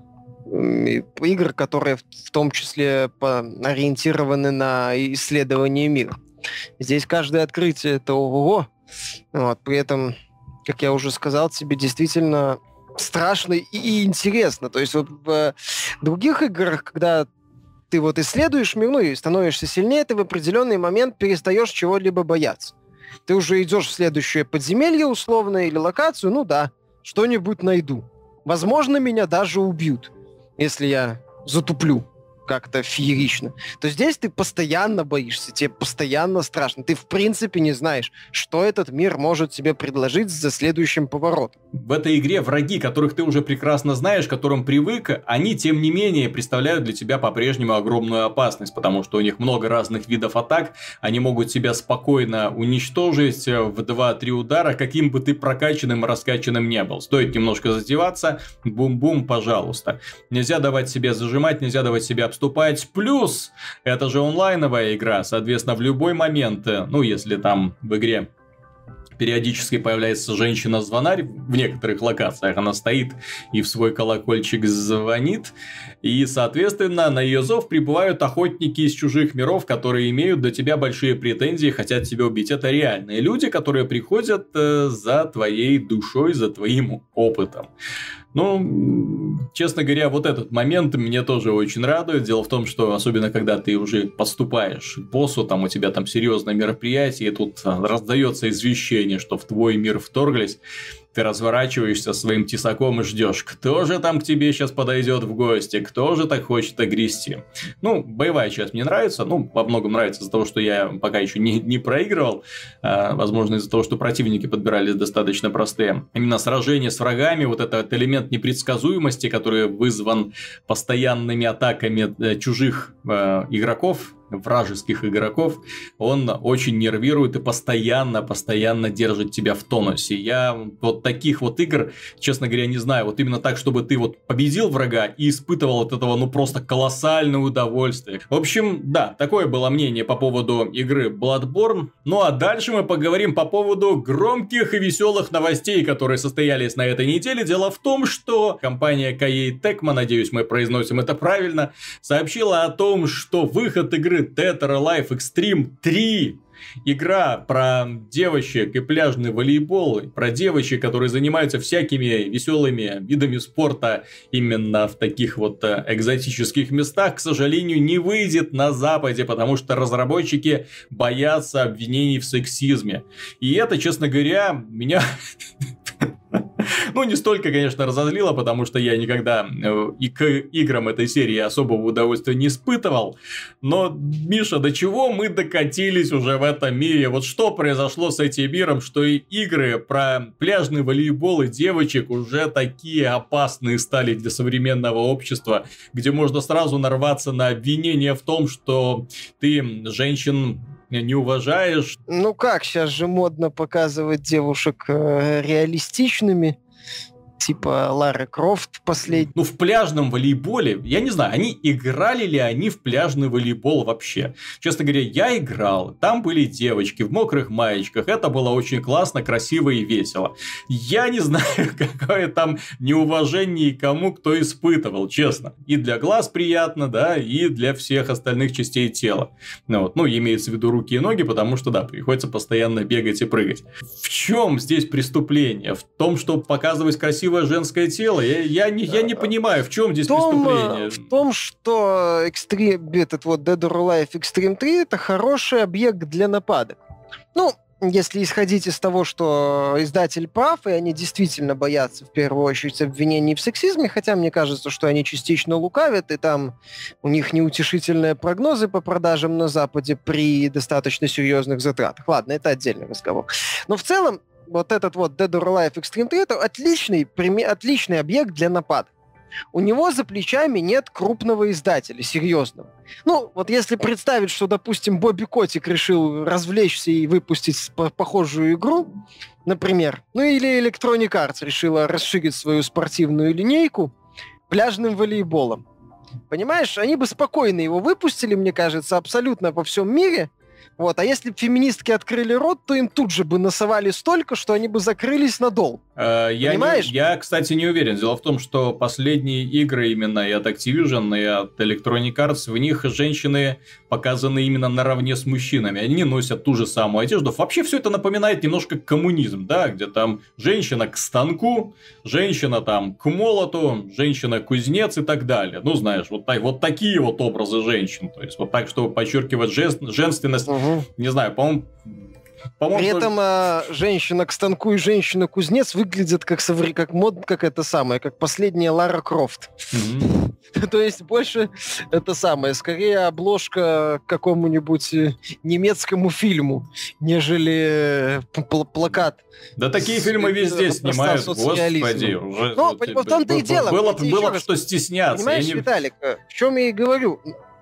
Speaker 2: игр, которые в том числе ориентированы на исследование мира. Здесь каждое открытие — это ого-го. Вот, при этом, как я уже сказал, тебе действительно страшно и интересно. То есть вот в других играх, когда ты вот исследуешь мир, ну и становишься сильнее, ты в определенный момент перестаешь чего-либо бояться. Ты уже идешь в следующее подземелье условно или локацию, ну да, что-нибудь найду. Возможно, меня даже убьют, если я затуплю как-то феерично, то здесь ты постоянно боишься, тебе постоянно страшно. Ты в принципе не знаешь, что этот мир может тебе предложить за следующим поворотом.
Speaker 1: В этой игре враги, которых ты уже прекрасно знаешь, к которым привык, они, тем не менее, представляют для тебя по-прежнему огромную опасность, потому что у них много разных видов атак, они могут тебя спокойно уничтожить в два-три удара, каким бы ты прокачанным и раскачанным не был. Стоит немножко затеваться, бум-бум, пожалуйста. Нельзя давать себе зажимать, нельзя давать себе обступать. Плюс, это же онлайновая игра, соответственно, в любой момент, ну, если там в игре периодически появляется женщина-звонарь, в некоторых локациях она стоит и в свой колокольчик звонит, и, соответственно, на ее зов прибывают охотники из чужих миров, которые имеют до тебя большие претензии, хотят тебя убить. Это реальные люди, которые приходят э, за твоей душой, за твоим опытом. Ну, честно говоря, вот этот момент меня тоже очень радует. Дело в том, что особенно когда ты уже подступаешь к боссу, там у тебя там серьезное мероприятие, и тут раздается извещение, что в твой мир вторглись, ты разворачиваешься своим тесаком и ждешь, кто же там к тебе сейчас подойдет в гости, кто же так хочет огрести. Ну, боевая часть мне нравится, ну, во многом нравится из-за того, что я пока еще не, не проигрывал, а, возможно, из-за того, что противники подбирались достаточно простые. Именно сражение с врагами, вот этот элемент непредсказуемости, который вызван постоянными атаками чужих э, игроков, вражеских игроков, он очень нервирует и постоянно, постоянно держит тебя в тонусе. Я вот таких вот игр, честно говоря, не знаю. Вот именно так, чтобы ты вот победил врага и испытывал от этого, ну, просто колоссальное удовольствие. В общем, да, такое было мнение по поводу игры Bloodborne. Ну, а дальше мы поговорим по поводу громких и веселых новостей, которые состоялись на этой неделе. Дело в том, что компания Koei Tecmo, надеюсь, мы произносим это правильно, сообщила о том, что выход игры Dead or Alive Extreme три, игра про девочек и пляжный волейбол, про девочек, которые занимаются всякими веселыми видами спорта именно в таких вот экзотических местах, к сожалению, не выйдет на Западе, потому что разработчики боятся обвинений в сексизме. И это, честно говоря, меня... Ну, не столько, конечно, разозлило, потому что я никогда и к играм этой серии особого удовольствия не испытывал. Но, Миша, до чего мы докатились уже в этом мире? Вот что произошло с этим миром, что и игры про пляжный волейбол и девочек уже такие опасные стали для современного общества, где можно сразу нарваться на обвинение в том, что ты женщин не уважаешь.
Speaker 2: Ну как, сейчас же модно показывать девушек э, реалистичными. Типа Лары Крофт последний.
Speaker 1: Ну, в пляжном волейболе, я не знаю, они играли ли они в пляжный волейбол вообще. Честно говоря, я играл, там были девочки в мокрых маечках, это было очень классно, красиво и весело. Я не знаю, какое там неуважение кому кто испытывал, честно. И для глаз приятно, да, и для всех остальных частей тела. Ну, вот. Ну, имеется в виду руки и ноги, потому что, да, приходится постоянно бегать и прыгать. В чем здесь преступление? В том, чтобы показывать красивое женское тело? Я, я, не, я не понимаю, в чем здесь
Speaker 2: в том,
Speaker 1: преступление.
Speaker 2: В том, что Extreme, этот вот Dead or Alive Extreme три — это хороший объект для нападок. Ну, если исходить из того, что издатель прав, и они действительно боятся в первую очередь обвинений в сексизме, хотя мне кажется, что они частично лукавят, и там у них неутешительные прогнозы по продажам на Западе при достаточно серьезных затратах. Ладно, это отдельный разговор. Но в целом, вот этот вот Dead or Alive Extreme три — это отличный, отличный объект для напада. У него за плечами нет крупного издателя, серьезного. Ну, вот если представить, что, допустим, Бобби Котик решил развлечься и выпустить похожую игру, например, ну или Electronic Arts решила расширить свою спортивную линейку пляжным волейболом. Понимаешь, они бы спокойно его выпустили, мне кажется, абсолютно по всем мире. Вот. А если бы феминистки открыли рот, то им тут же бы насовали столько, что они бы закрылись надолго.
Speaker 1: Э, я,
Speaker 2: Понимаешь?
Speaker 1: Не, я, кстати, не уверен. Дело в том, что последние игры именно и от Activision, и от Electronic Arts, в них женщины показаны именно наравне с мужчинами. Они носят ту же самую одежду. Вообще все это напоминает немножко коммунизм, да, где там женщина к станку, женщина там к молоту, женщина-кузнец и так далее. Ну, знаешь, вот, так, вот такие вот образы женщин. То есть вот так, чтобы подчеркивать жест, женственность. Угу. Не знаю, по-моему...
Speaker 2: По-моему, При этом а, женщина к станку и женщина-кузнец выглядят как, совре... как мод, как это самое, как последняя Лара Крофт. Mm-hmm. То есть больше это самое, скорее обложка к какому-нибудь немецкому фильму, нежели пл- плакат.
Speaker 1: Да такие фильмы везде снимают, господи.
Speaker 2: Уже, ну, в том-то и дело.
Speaker 1: Было бы что стесняться.
Speaker 2: Понимаешь, не... Виталик, в чем я и говорю...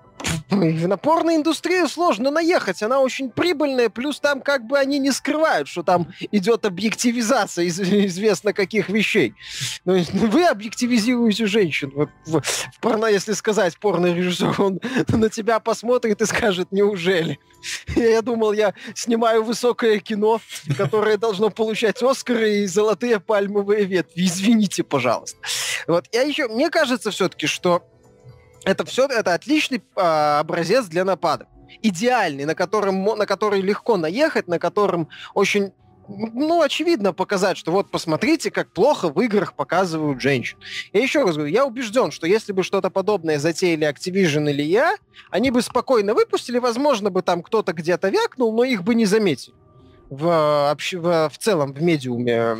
Speaker 2: На порноиндустрию сложно наехать, она очень прибыльная, плюс там как бы они не скрывают, что там идет объективизация из- известно каких вещей. Ну, вы объективизируете женщин. Вот, в, в порно, если сказать порно-режиссер, он на тебя посмотрит и скажет, неужели? Я думал, я снимаю высокое кино, которое должно получать Оскары и золотые пальмовые ветви. Извините, пожалуйста. Вот. Я еще, мне кажется все-таки, что Это все, это отличный а, образец для напада. Идеальный, на, котором, на который легко наехать, на котором очень, ну, очевидно показать, что вот посмотрите, как плохо в играх показывают женщин. Я еще раз говорю, я убежден, что если бы что-то подобное затеяли Activision или я, они бы спокойно выпустили, возможно бы там кто-то где-то вякнул, но их бы не заметили. В, в, в целом, в медиуме,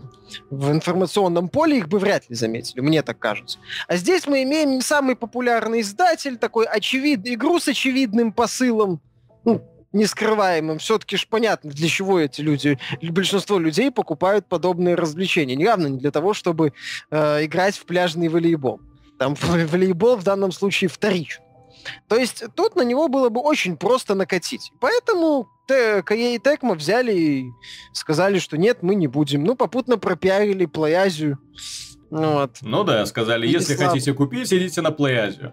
Speaker 2: в информационном поле их бы вряд ли заметили, мне так кажется. А здесь мы имеем не самый популярный издатель, такой очевидный, игру с очевидным посылом, ну, нескрываемым. Все-таки ж понятно, для чего эти люди, большинство людей покупают подобные развлечения. Явно не для того, чтобы э, играть в пляжный волейбол. Там волейбол в данном случае вторичен. То есть тут на него было бы очень просто накатить. Поэтому Кей и Текмо взяли и сказали, что нет, мы не будем. Ну, попутно пропиарили Плейазию. Вот.
Speaker 1: Ну да, сказали, и если слаб... хотите купить, идите на Плейазию.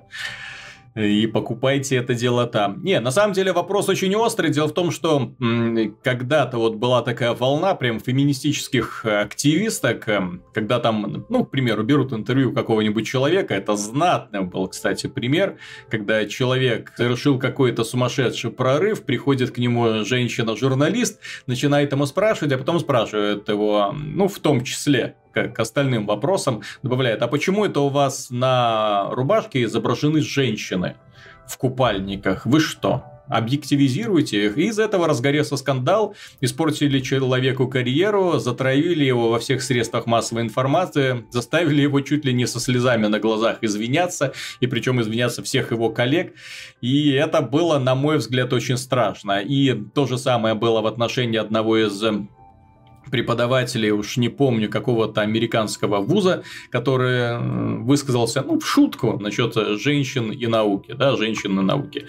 Speaker 1: И покупайте это дело там. Не, на самом деле вопрос очень острый. Дело в том, что м- когда-то вот была такая волна прям феминистических активисток, э, когда там, ну, к примеру, берут интервью какого-нибудь человека. Это знатный был, кстати, пример, когда человек совершил какой-то сумасшедший прорыв, приходит к нему женщина-журналист, начинает ему спрашивать, а потом спрашивает его, ну, в том числе, к остальным вопросам, добавляет, а почему это у вас на рубашке изображены женщины в купальниках? Вы что, объективизируете их? И из этого разгорелся скандал, испортили человеку карьеру, затравили его во всех средствах массовой информации, заставили его чуть ли не со слезами на глазах извиняться, и причем извиняться всех его коллег. И это было, на мой взгляд, очень страшно. И то же самое было в отношении одного из преподавателей, уж не помню, какого-то американского вуза, который высказался, ну, в шутку насчет женщин и науки, да, женщин и науки.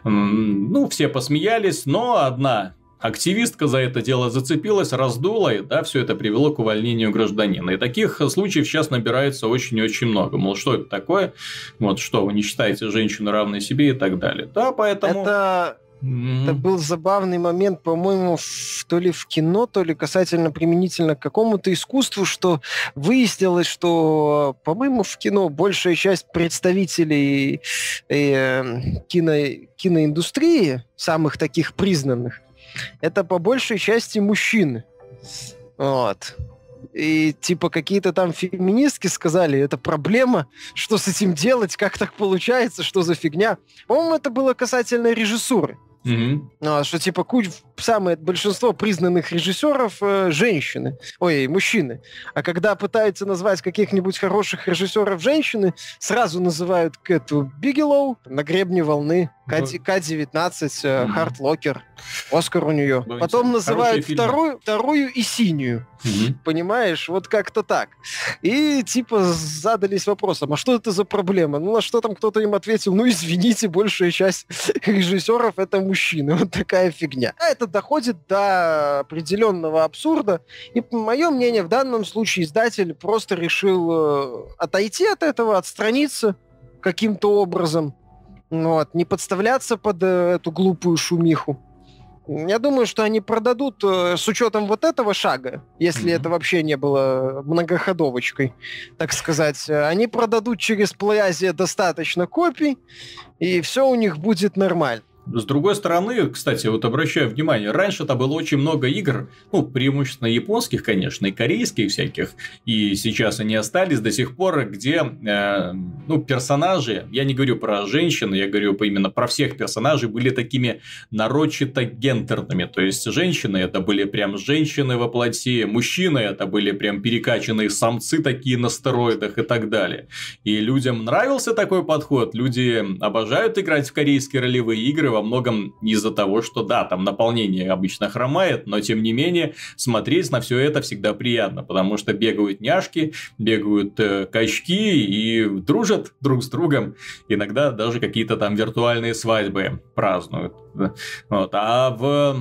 Speaker 1: Ну, все посмеялись, но одна активистка за это дело зацепилась, раздула, и да, все это привело к увольнению гражданина. И таких случаев сейчас набирается очень и очень много. Мол, что это такое? Вот что, вы не считаете женщину равной себе и так далее. Да, поэтому...
Speaker 2: Это... Mm-hmm. Это был забавный момент, по-моему, в, то ли в кино, то ли касательно применительно к какому-то искусству, что выяснилось, что, по-моему, в кино большая часть представителей э, кино, киноиндустрии, самых таких признанных, это по большей части мужчины. Вот. И типа какие-то там феминистки сказали, это проблема, что с этим делать, как так получается, что за фигня. По-моему, это было касательно режиссуры.
Speaker 1: Угу.
Speaker 2: А, что типа куч... самое большинство признанных режиссеров э, женщины, ой, мужчины. А когда пытаются назвать каких-нибудь хороших режиссеров женщины, сразу называют Кэту Бигелоу, «На гребне волны», К девятнадцать, э, «Харт Локер», Оскар у нее.
Speaker 1: Ну,
Speaker 2: Потом называют вторую, вторую и синюю.
Speaker 1: Угу.
Speaker 2: Понимаешь? Вот как-то так. И типа задались вопросом, а что это за проблема? Ну, на что там кто-то им ответил, ну, извините, большая часть режиссеров это мужчины. Вот такая фигня. А это доходит до определенного абсурда. И, мое мнение, в данном случае издатель просто решил э, отойти от этого, отстраниться каким-то образом. Вот, не подставляться под э, эту глупую шумиху. Я думаю, что они продадут э, с учетом вот этого шага, если mm-hmm. это вообще не было многоходовочкой, так сказать. Они продадут через Плay-Asia достаточно копий, и все у них будет нормально.
Speaker 1: С другой стороны, кстати, вот обращаю внимание, раньше-то было очень много игр, ну, преимущественно японских, конечно, и корейских всяких, и сейчас они остались до сих пор, где, э, ну, персонажи, я не говорю про женщин, я говорю именно про всех персонажей, были такими нарочито гендерными, то есть женщины это были прям женщины во плоти, мужчины это были прям перекачанные самцы такие на стероидах и так далее. И людям нравился такой подход, люди обожают играть в корейские ролевые игры, во многом из-за того, что да, там наполнение обычно хромает, но тем не менее смотреть на все это всегда приятно, потому что бегают няшки, бегают э, качки и дружат друг с другом, иногда даже какие-то там виртуальные свадьбы празднуют. Вот. А в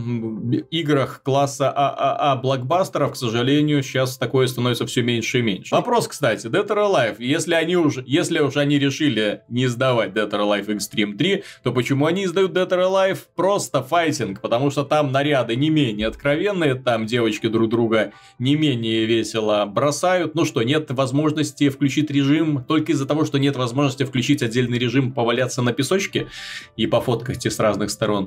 Speaker 1: играх класса ААА блокбастеров, к сожалению, сейчас такое становится все меньше и меньше. Вопрос, кстати, Dead or Alive, если они уже, если уж они решили не издавать Dead or Alive Extreme три, то почему они издают Dead or Alive просто файтинг? Потому что там наряды не менее откровенные, там девочки друг друга не менее весело бросают. Ну что, нет возможности включить режим только из-за того, что нет возможности включить отдельный режим, поваляться на песочке и пофоткать их с разных сторон.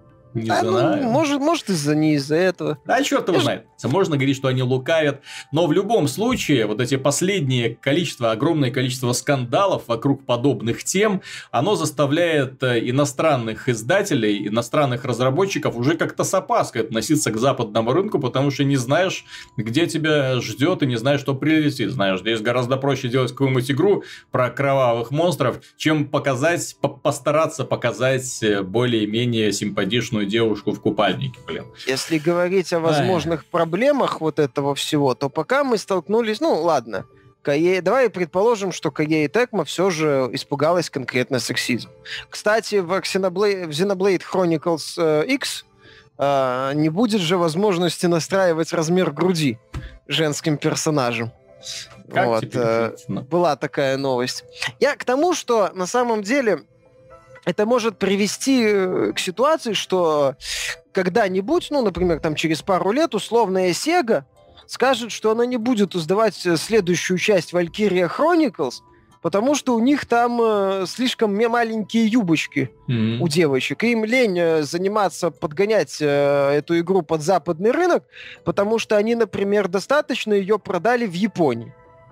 Speaker 1: Не
Speaker 2: а,
Speaker 1: знаю.
Speaker 2: Ну, может, может из-за не из-за этого.
Speaker 1: Да, черт его знает. Можно говорить, что они лукавят. Но в любом случае, вот эти последние количество, огромное количество скандалов вокруг подобных тем, оно заставляет иностранных издателей, иностранных разработчиков уже как-то с опаской относиться к западному рынку, потому что не знаешь, где тебя ждет, и не знаешь, что прилетит. Знаешь, здесь гораздо проще делать какую-нибудь игру про кровавых монстров, чем показать, постараться показать более-менее симпатичную девушку в купальнике, блин.
Speaker 2: Если говорить о возможных Ай. проблемах вот этого всего, то пока мы столкнулись... Ну, ладно. Кае... Давай предположим, что Koei Tecmo все же испугалась конкретно сексизма. Кстати, в Xenoblade, в Xenoblade Chronicles X э, не будет же возможности настраивать размер груди женским персонажем.
Speaker 1: Как
Speaker 2: вот, э, была такая новость. Я к тому, что на самом деле... Это может привести к ситуации, что когда-нибудь, ну, например, там через пару лет условная Sega скажет, что она не будет издавать следующую часть Valkyria Chronicles, потому что у них там э, слишком маленькие юбочки mm-hmm. у девочек. И им лень э, заниматься, подгонять э, эту игру под западный рынок, потому что они, например, достаточно ее продали в Японии.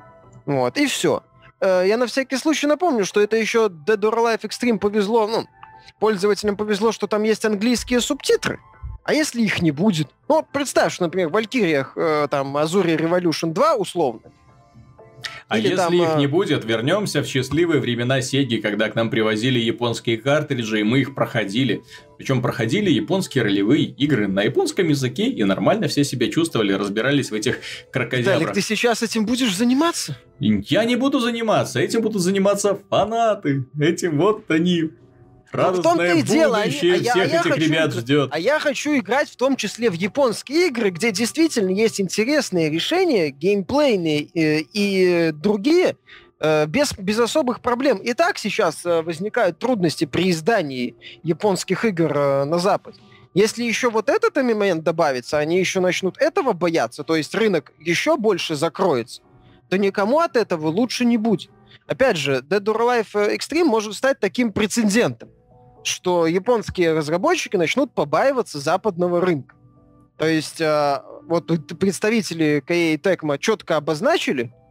Speaker 2: Вот, и все. Я на всякий случай напомню, что это еще Dead or Alive Extreme повезло, ну, пользователям повезло, что там есть английские субтитры. А если их не будет? Ну, представь, что, например, в Valkyria, э, там, Azure Revolution два, условно.
Speaker 1: А
Speaker 2: Или
Speaker 1: если
Speaker 2: там,
Speaker 1: их
Speaker 2: э...
Speaker 1: не будет, вернемся в счастливые времена Сеги, когда к нам привозили японские картриджи, и мы их проходили. Причем проходили японские ролевые игры на японском языке, и нормально все себя чувствовали, разбирались в этих крокодилах.
Speaker 2: Виталик, ты сейчас этим будешь заниматься?
Speaker 1: Я не буду заниматься, этим будут заниматься фанаты. Этим вот они... Радостное будущее дело. Они, всех а я, а этих хочу, ребят ждет.
Speaker 2: А я хочу играть в том числе в японские игры, где действительно есть интересные решения, геймплейные э, и другие, э, без, без особых проблем. И так сейчас э, возникают трудности при издании японских игр э, на Западе. Если еще вот этот момент добавится, они еще начнут этого бояться, то есть рынок еще больше закроется, то никому от этого лучше не будет. Опять же, Dead or Alive Extreme может стать таким прецедентом, что японские разработчики начнут побаиваться западного рынка. То есть э, вот представители Koei Tecmo четко обозначили,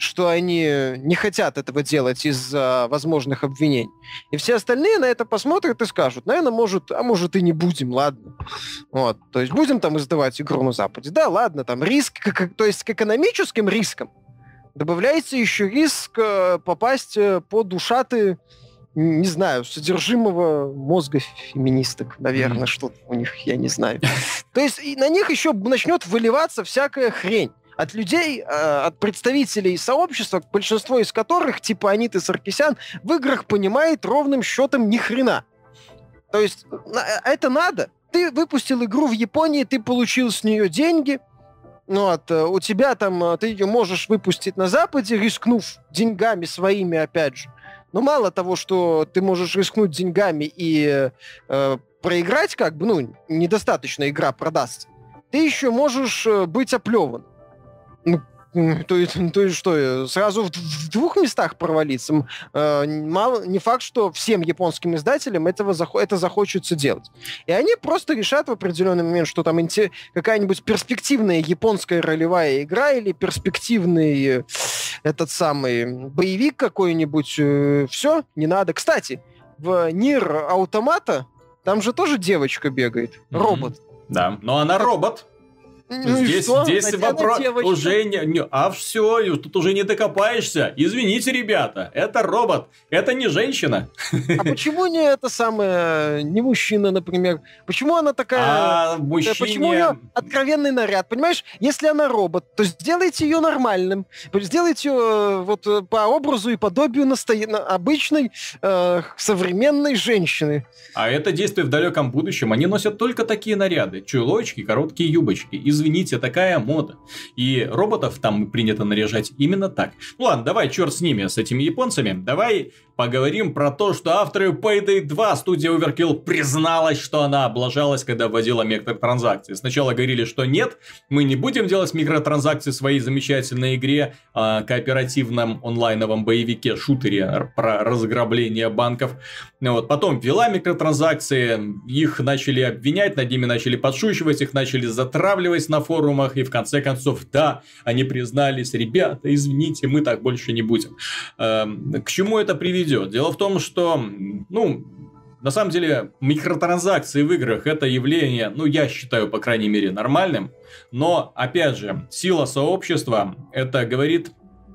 Speaker 2: что они не хотят этого делать из-за возможных обвинений. И все остальные на это посмотрят и скажут, наверное, может, а может и не будем, ладно. Вот. То есть будем там издавать игру на Западе. Да, ладно, там риск, как, то есть к экономическим рискам добавляется еще риск э, попасть под ушаты, не знаю, содержимого мозга феминисток, наверное, mm-hmm. что-то у них, я не знаю. То есть и на них еще начнет выливаться всякая хрень. От людей, э, от представителей сообщества, большинство из которых, типа Аниты Саркисян, в играх понимает ровным счетом ни хрена. То есть это надо. Ты выпустил игру в Японии, ты получил с нее деньги, ну, вот, у тебя там, ты ее можешь выпустить на Западе, рискнув деньгами своими, опять же. Но мало того, что ты можешь рискнуть деньгами и э, проиграть, как бы, ну, недостаточно игра продастся, ты еще можешь быть оплеван. Ну, то есть, то есть что, сразу в, в двух местах провалиться? Э, мало, не факт, что всем японским издателям этого захо- это захочется делать. И они просто решат в определенный момент, что там инте- какая-нибудь перспективная японская ролевая игра или перспективный э, этот самый боевик какой-нибудь. Э, все, не надо. Кстати, в Нир Automata там же тоже девочка бегает. Mm-hmm. Робот.
Speaker 1: Да, но она робот. Ну здесь здесь вопрос уже не, не... А все, тут уже не докопаешься. Извините, ребята, это робот, это не женщина.
Speaker 2: А почему не это самое, не мужчина, например? Почему она такая...
Speaker 1: А мужчине...
Speaker 2: Почему у нее откровенный наряд? Понимаешь, если она робот, то сделайте ее нормальным. Сделайте ее вот по образу и подобию насто... обычной э, современной женщины.
Speaker 1: А это действие в далеком будущем. Они носят только такие наряды. Чулочки, короткие юбочки. Извините, такая мода. И роботов там принято наряжать именно так. Ну ладно, давай, черт с ними, с этими японцами. Давай поговорим про то, что авторы Payday два студия Overkill призналась, что она облажалась, когда вводила микротранзакции. Сначала говорили, что нет, мы не будем делать микротранзакции в своей замечательной игре, э, кооперативном онлайновом боевике, шутере про разграбление банков. Вот. Потом ввела микротранзакции, их начали обвинять, над ними начали подшучивать, их начали затравливать на форумах, и в конце концов, да, они признались, ребята, извините, мы так больше не будем. Э, к чему это приведет? Дело в том, что, ну, на самом деле, микротранзакции в играх это явление, ну, я считаю, по крайней мере, нормальным, но, опять же, сила сообщества, это говорит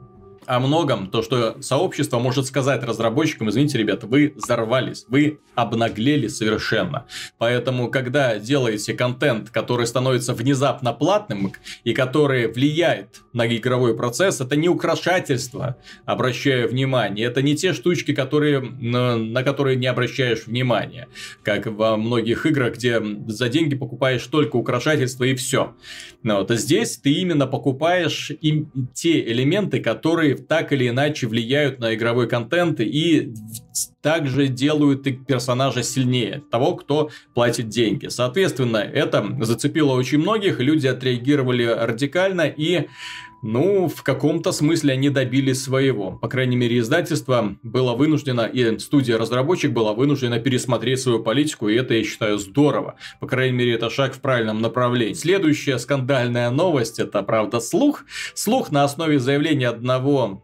Speaker 1: о многом, то, что сообщество может сказать разработчикам, извините, ребята, вы взорвались, вы обнаглели совершенно. Поэтому, когда делаете контент, который становится внезапно платным и который влияет на игровой процесс, это не украшательство, обращаю внимание, это не те штучки, которые, на, на которые не обращаешь внимания, как во многих играх, где за деньги покупаешь только украшательства и все. Вот. А здесь ты именно покупаешь и те элементы, которые так или иначе влияют на игровой контент и также делают персонажа сильнее того, кто платит деньги. Соответственно, это зацепило очень многих, люди отреагировали радикально и, ну, в каком-то смысле они добились своего. По крайней мере, издательство было вынуждено, и студия-разработчик была вынуждена пересмотреть свою политику, и это, я считаю, здорово. По крайней мере, это шаг в правильном направлении. Следующая скандальная новость, это, правда, слух. Слух на основе заявления одного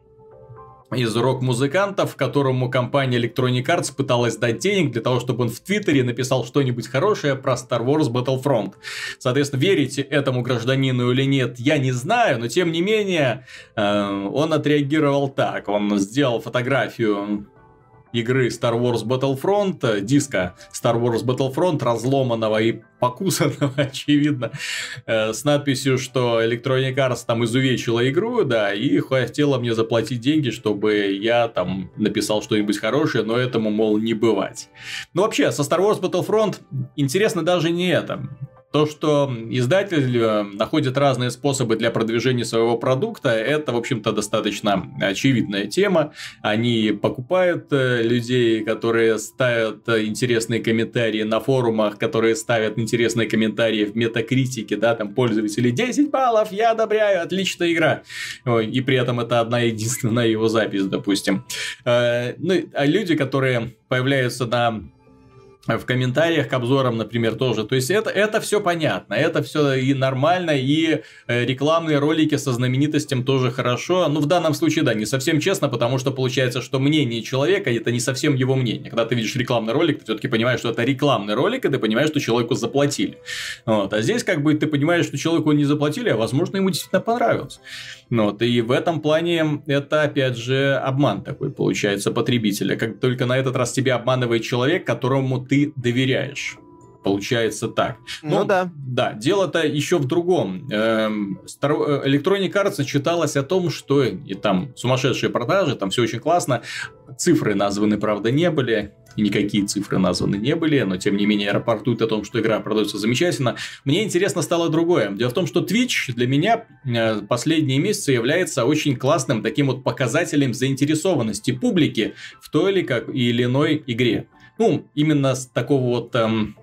Speaker 1: из рок-музыкантов, которому компания Electronic Arts пыталась дать денег для того, чтобы он в Твиттере написал что-нибудь хорошее про Star Wars Battlefront. Соответственно, верите этому гражданину или нет, я не знаю, но тем не менее, э, он отреагировал так. Он сделал фотографию игры Star Wars Battlefront, диска Star Wars Battlefront, разломанного и покусанного, очевидно, э, с надписью, что Electronic Arts там изувечила игру, да, и хотела мне заплатить деньги, чтобы я там написал что-нибудь хорошее, но этому, мол, не бывать. Ну, вообще, со Star Wars Battlefront интересно даже не это. То, что издатель находит разные способы для продвижения своего продукта, это, в общем-то, достаточно очевидная тема. Они покупают людей, которые ставят интересные комментарии на форумах, которые ставят интересные комментарии в метакритике, да, там пользователи десять баллов, я одобряю, отличная игра. И при этом это одна единственная его запись, допустим. Ну, а люди, которые появляются на в комментариях к обзорам, например, тоже. То есть, это, это все понятно, это все и нормально, и рекламные ролики со знаменитостям тоже хорошо. Ну, в данном случае, да, не совсем честно, потому что получается, что мнение человека – это не совсем его мнение. Когда ты видишь рекламный ролик, ты все-таки понимаешь, что это рекламный ролик, и ты понимаешь, что человеку заплатили. Вот. А здесь, как бы, ты понимаешь, что человеку не заплатили, а, возможно, ему действительно понравилось. Вот. И в этом плане это, опять же, обман такой, получается, потребителя. Как только на этот раз тебя обманывает человек, которому ты ты доверяешь. Получается так.
Speaker 2: Ну, ну да.
Speaker 1: Да, дело-то еще в другом. Эм, Electronic Arts читалось о том, что и там сумасшедшие продажи, там все очень классно. Цифры названы, правда, не были. И никакие цифры названы не были, но тем не менее рапортуют о том, что игра продается замечательно. Мне интересно стало другое. Дело в том, что Twitch для меня последние месяцы является очень классным таким вот показателем заинтересованности публики в той или, как, или иной игре. Ну, именно с такого вот эм,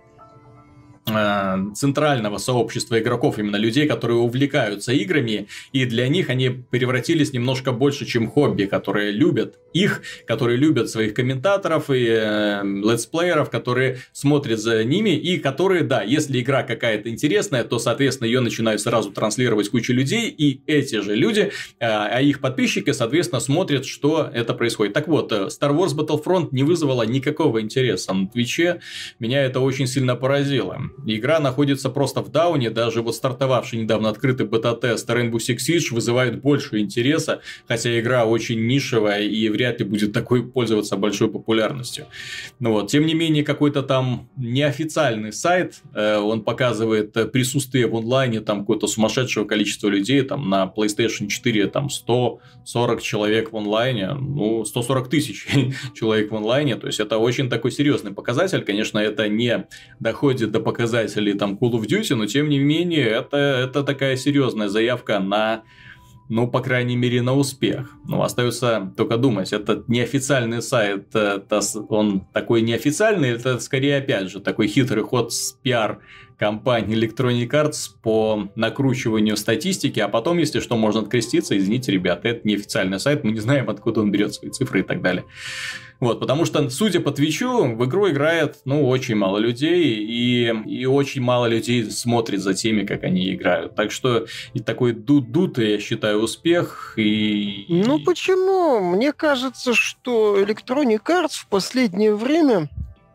Speaker 1: э, центрального сообщества игроков, именно людей, которые увлекаются играми, и для них они превратились немножко больше, чем хобби, которые любят их, которые любят своих комментаторов и э, летсплееров, которые смотрят за ними, и которые, да, если игра какая-то интересная, то, соответственно, ее начинают сразу транслировать куча людей, и эти же люди, э, а их подписчики, соответственно, смотрят, что это происходит. Так вот, Star Wars Battlefront не вызвала никакого интереса на Твиче, меня это очень сильно поразило. Игра находится просто в дауне, даже вот стартовавший недавно открытый бета-тест Rainbow Six Siege вызывает больше интереса, хотя игра очень нишевая и вряд ли будет такой пользоваться большой популярностью. Ну вот, тем не менее, какой-то там неофициальный сайт, э, он показывает присутствие в онлайне там какое-то сумасшедшего количества людей, там на PlayStation четыре там сто сорок человек в онлайне, ну, сто сорок тысяч человек в онлайне, то есть это очень такой серьезный показатель, конечно, это не доходит до показателей там Call of Duty, но тем не менее, это, это такая серьезная заявка на, ну, по крайней мере, на успех. Ну, остается только думать, это неофициальный сайт, это, он такой неофициальный, это скорее, опять же, такой хитрый ход с пиар компании Electronic Arts по накручиванию статистики, а потом, если что, можно откреститься, извините, ребята, это неофициальный сайт, мы не знаем, откуда он берет свои цифры и так далее. Вот, потому что, судя по Твичу, в игру играет, ну, очень мало людей, и, и очень мало людей смотрит за теми, как они играют. Так что, и такой дутый, я считаю, успех, и...
Speaker 2: Ну, почему? Мне кажется, что Electronic Arts в последнее время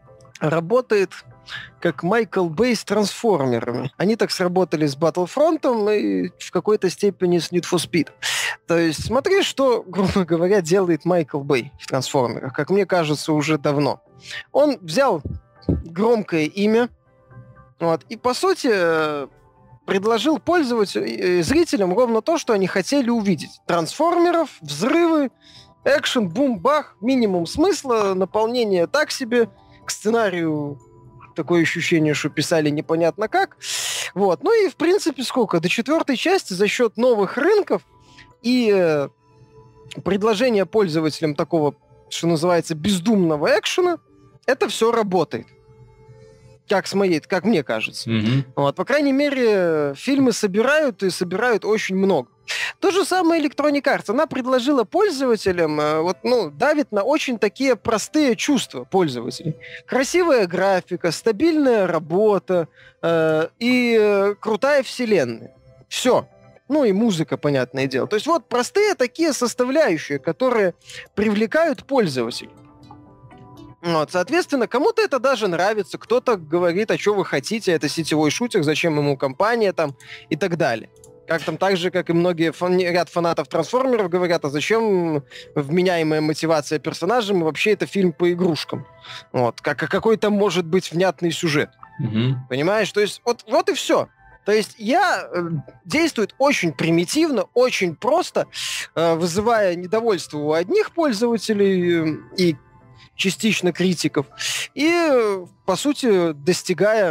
Speaker 2: работает как Майкл Бэй с трансформерами. Они так сработали с Battlefront и в какой-то степени с Need for Speed. То есть смотри, что, грубо говоря, делает Майкл Бэй в трансформерах, как мне кажется, уже давно. Он взял громкое имя, вот, и, по сути, предложил пользователям, зрителям ровно то, что они хотели увидеть. Трансформеров, взрывы, экшен, бум-бах, минимум смысла, наполнение так себе, к сценарию такое ощущение, что писали непонятно как. Вот. Ну и, в принципе, сколько? До четвертой части за счет новых рынков и э, предложения пользователям такого, что называется, бездумного экшена, это все работает. Как с моей, как мне кажется.
Speaker 1: Mm-hmm.
Speaker 2: Вот. По крайней мере, фильмы собирают и собирают очень много. То же самое Electronic Arts. Она предложила пользователям, вот, ну, давит на очень такие простые чувства пользователей. Красивая графика, стабильная работа э, и э, крутая вселенная. Все. Ну и музыка, понятное дело. То есть вот простые такие составляющие, которые привлекают пользователей. Вот, соответственно, кому-то это даже нравится, кто-то говорит, а что вы хотите, это сетевой шутер, зачем ему компания там и так далее. Как там так же, как и многие фан... ряд фанатов трансформеров говорят, а зачем вменяемая мотивация персонажам, и вообще это фильм по игрушкам. Вот, как, какой там может быть внятный сюжет.
Speaker 1: Mm-hmm.
Speaker 2: Понимаешь? То есть вот, вот и все. То есть я э, действует очень примитивно, очень просто, э, вызывая недовольство у одних пользователей э, и частично критиков, и, по сути, достигая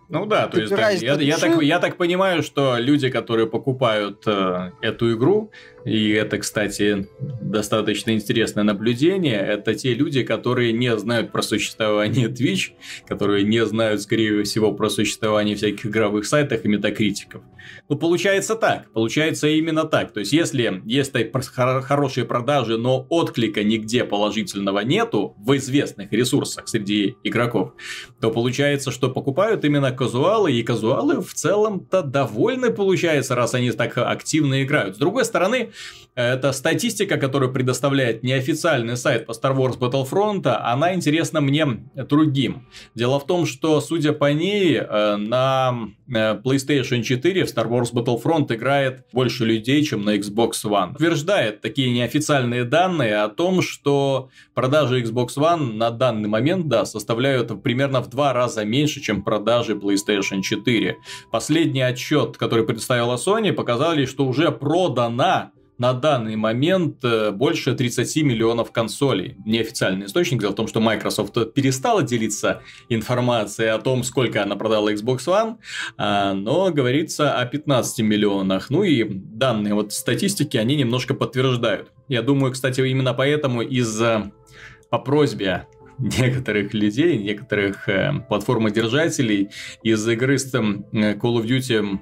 Speaker 1: Ну да, то есть да, я, я, так, я так понимаю, что люди, которые покупают э, эту игру, и это, кстати, достаточно интересное наблюдение, это те люди, которые не знают про существование Twitch, которые не знают, скорее всего, про существование всяких игровых сайтов и метакритиков. Ну, получается так, получается именно так. То есть, если есть хорошие продажи, но отклика нигде положительного нету в известных ресурсах среди игроков, то получается, что покупают именно казуалы, и казуалы в целом-то довольны, получается, раз они так активно играют. С другой стороны, это статистика, которую предоставляет неофициальный сайт по Star Wars Battlefront, она интересна мне другим. Дело в том, что, судя по ней, на PlayStation четыре в Star Wars Battlefront играет больше людей, чем на Xbox One. Утверждает такие неофициальные данные о том, что продажи Xbox One на данный момент, да, составляют примерно в два раза меньше, чем продажи PlayStation четыре. Последний отчет, который представила Sony, показали, что уже продано на данный момент больше тридцать миллионов консолей. Неофициальный источник. Дело в том, что Microsoft перестала делиться информацией о том, сколько она продала Xbox One, но говорится о пятнадцати миллионах. Ну и данные вот статистики, они немножко подтверждают. Я думаю, кстати, именно поэтому из-за по просьбе некоторых людей, некоторых платформодержателей из игры Call of Duty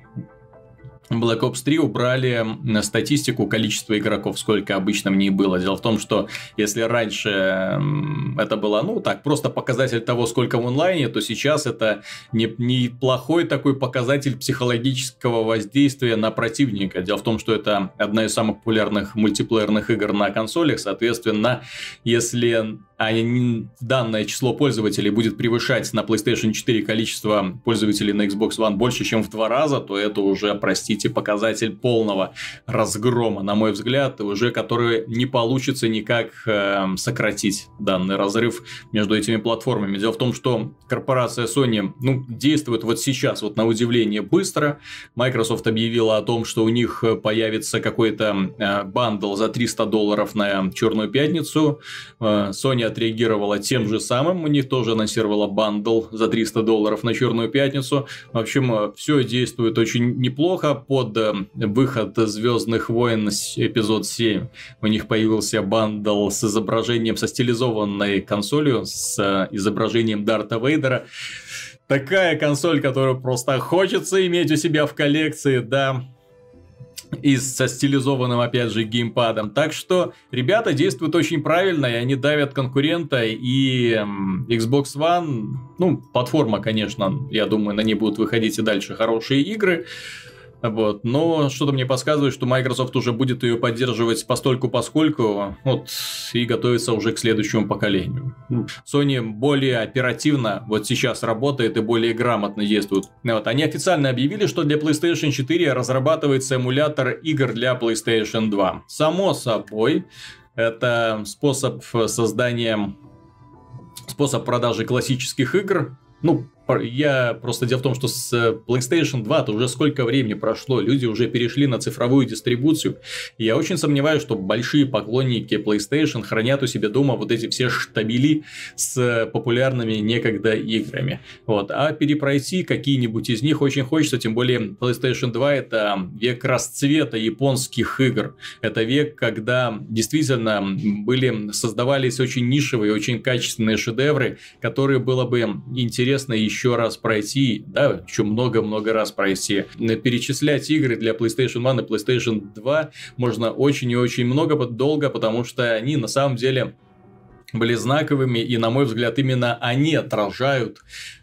Speaker 1: Black Ops три убрали статистику количества игроков, сколько обычно в ней было. Дело в том, что если раньше это было, ну так, просто показатель того, сколько в онлайне, то сейчас это неплохой такой показатель психологического воздействия на противника. Дело в том, что это одна из самых популярных мультиплеерных игр на консолях, соответственно, если данное число пользователей будет превышать на PlayStation четыре количество пользователей на Xbox One больше, чем в два раза, то это уже, простите, показатель полного разгрома, на мой взгляд, уже который не получится никак э, сократить данный разрыв между этими платформами. Дело в том, что корпорация Sony, ну, действует вот сейчас, вот на удивление, быстро. Microsoft объявила о том, что у них появится какой-то э, бандл за триста долларов на Черную пятницу. Э, Sony отреагировала тем же самым, у них тоже анонсировала бандл за триста долларов на Черную пятницу. В общем, все действует очень неплохо. Под выход Звездных войн эпизод семь у них появился бандл с изображением, со стилизованной консолью, с изображением Дарта Вейдера. Такая консоль, которую просто хочется иметь у себя в коллекции, да. И со стилизованным, опять же, геймпадом. Так что ребята действуют очень правильно, и они давят конкурента. И Xbox One, ну, платформа, конечно, я думаю, на ней будут выходить и дальше хорошие игры. Вот. Но что-то мне подсказывает, что Microsoft уже будет ее поддерживать постольку-поскольку, вот, и готовится уже к следующему поколению. Sony более оперативно вот сейчас работает и более грамотно действует. Вот. Они официально объявили, что для PlayStation четыре разрабатывается эмулятор игр для PlayStation два. Само собой, это способ создания, способ продажи классических игр. Ну, я просто дело в том, что с PlayStation два-то уже сколько времени прошло, люди уже перешли на цифровую дистрибуцию. И я очень сомневаюсь, что большие поклонники PlayStation хранят у себя дома вот эти все штабели с популярными некогда играми. Вот. А перепройти какие-нибудь из них очень хочется, тем более PlayStation два это век расцвета японских игр. Это век, когда действительно были, создавались очень нишевые, очень качественные шедевры, которые было бы интересно еще еще раз пройти, да, еще много-много раз пройти. Перечислять игры для PlayStation один и PlayStation два можно очень и очень много, долго, потому что они на самом деле были знаковыми, и, на мой взгляд, именно они отражают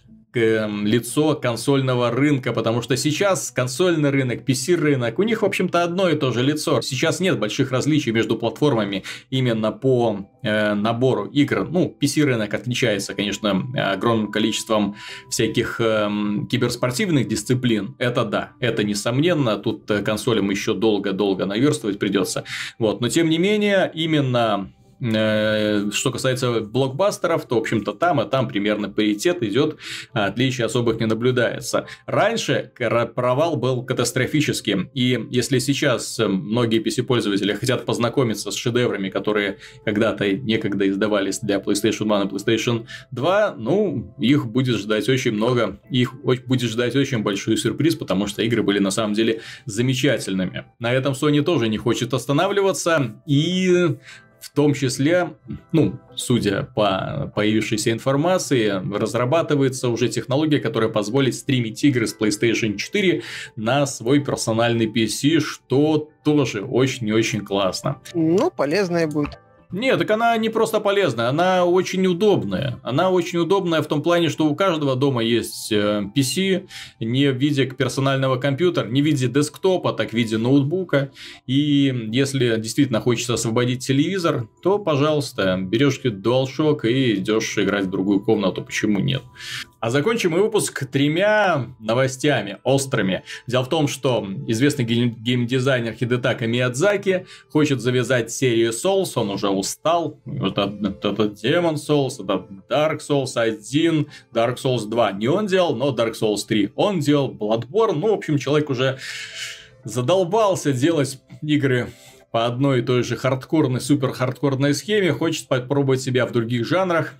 Speaker 1: лицо консольного рынка, потому что сейчас консольный рынок, пи си-рынок, у них, в общем-то, одно и то же лицо. Сейчас нет больших различий между платформами именно по э, набору игр. Ну, пи си-рынок отличается, конечно, огромным количеством всяких э, киберспортивных дисциплин. Это да, это несомненно. Тут консолям еще долго-долго наверстывать придется. Вот. Но, тем не менее, именно э, что касается блокбастеров, то, в общем-то, там и там примерно паритет идет, отличий особых не наблюдается. Раньше провал был катастрофическим, и если сейчас многие пи си-пользователи хотят познакомиться с шедеврами, которые когда-то некогда издавались для PlayStation один и PlayStation два, ну, их будет ждать очень много, их будет ждать очень большой сюрприз, потому что игры были на самом деле замечательными. На этом Sony тоже не хочет останавливаться, и в том числе, ну, судя по появившейся информации, разрабатывается уже технология, которая позволит стримить игры с PlayStation четыре на свой персональный пи си, что тоже очень и очень классно.
Speaker 2: Ну, полезное будет.
Speaker 1: Нет, так она не просто полезная, она очень удобная. Она очень удобная в том плане, что у каждого дома есть пи си, не в виде персонального компьютера, не в виде десктопа, так в виде ноутбука. И если действительно хочется освободить телевизор, то, пожалуйста, берешь DualShock и идешь играть в другую комнату, почему нет? А закончим мы выпуск тремя новостями острыми. Дело в том, что известный гейм- геймдизайнер Хидетака Миядзаки хочет завязать серию Souls, он уже устал. Это, это, это Demon Souls, это Dark Souls один, Dark Souls два. Не он делал, но Dark Souls три он делал, Bloodborne. Ну, в общем, человек уже задолбался делать игры по одной и той же хардкорной, супер-хардкорной схеме, хочет попробовать себя в других жанрах.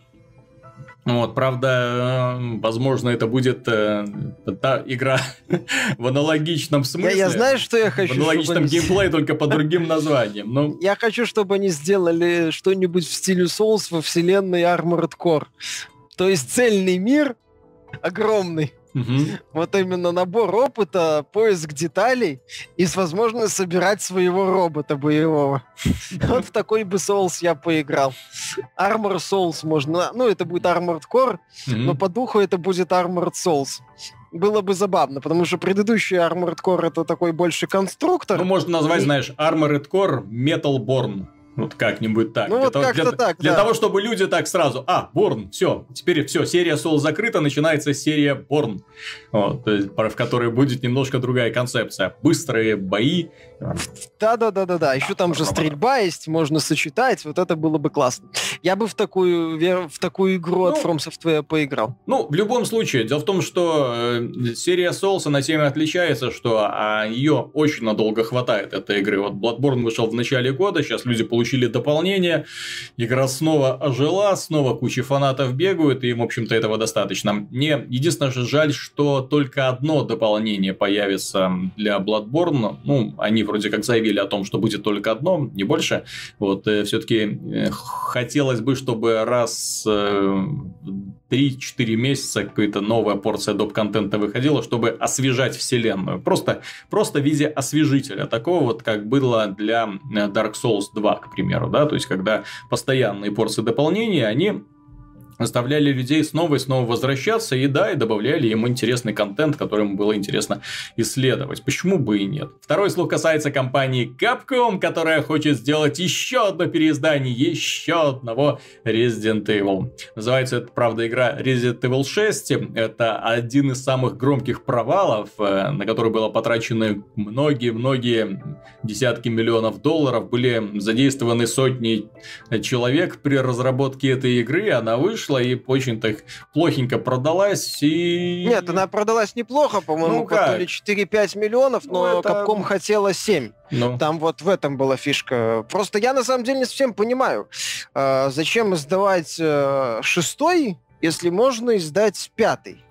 Speaker 1: Вот, правда, возможно, это будет э, та игра в аналогичном смысле.
Speaker 2: Я, я знаю, что я хочу.
Speaker 1: В аналогичном
Speaker 2: они...
Speaker 1: геймплее, только по другим названиям. Но...
Speaker 2: Я хочу, чтобы они сделали что-нибудь в стиле Souls во вселенной Armored Core. То есть цельный мир огромный.
Speaker 1: Угу.
Speaker 2: Вот именно набор опыта, поиск деталей и с возможностью собирать своего робота боевого. Вот в такой бы Souls я поиграл. Armor Souls можно... Ну, это будет Armored Core, но по духу это будет Armored Souls. Было бы забавно, потому что предыдущий Armored Core это такой больше конструктор.
Speaker 1: Ну, можно назвать, и... знаешь, Armored Core Metalborn. Вот как-нибудь так.
Speaker 2: Ну,
Speaker 1: для
Speaker 2: вот
Speaker 1: того,
Speaker 2: как-то
Speaker 1: для,
Speaker 2: так,
Speaker 1: для
Speaker 2: да.
Speaker 1: того, чтобы люди так сразу... А, Борн, все. Теперь все, серия Soul закрыта, начинается серия Борн. Вот, в которой будет немножко другая концепция. Быстрые бои.
Speaker 2: Да-да-да-да-да. Еще там же стрельба есть, можно сочетать. Вот это было бы классно. Я бы в такую, в такую игру от
Speaker 1: ну,
Speaker 2: From Software поиграл.
Speaker 1: Ну, в любом случае. Дело в том, что э, серия Souls, она тем и отличается, что а, ее очень надолго хватает, этой игры. Вот Bloodborne вышел в начале года, сейчас люди получили дополнение, игра снова ожила, снова куча фанатов бегают, и, в общем-то, этого достаточно. Мне единственное же жаль, что только одно дополнение появится для Bloodborne. Ну, они вроде как заявили о том, что будет только одно, не больше. Вот, э, все-таки э, хотелось бы, чтобы раз э, три-четыре месяца какая-то новая порция доп-контента выходила, чтобы освежать вселенную. Просто, просто в виде освежителя. Такого вот, как было для Dark Souls два, к примеру. Да? То есть, когда постоянные порции дополнения, они заставляли людей снова и снова возвращаться, и да, и добавляли им интересный контент, который им было интересно исследовать. Почему бы и нет? Второй слух касается компании Capcom, которая хочет сделать еще одно переиздание, еще одного Resident Evil. Называется это, правда, игра Resident Evil шесть. Это один из самых громких провалов, на который было потрачено многие-многие десятки миллионов долларов. Были задействованы сотни человек при разработке этой игры, она вышла и очень так плохенько продалась. И...
Speaker 2: Нет, она продалась неплохо, по-моему,
Speaker 1: ну,
Speaker 2: то ли четыре-пять миллионов, но ну, это... Capcom хотела семь. Ну. Там вот в этом была фишка. Просто я на самом деле не совсем понимаю, э, зачем издавать э, шестой, если можно издать пятый.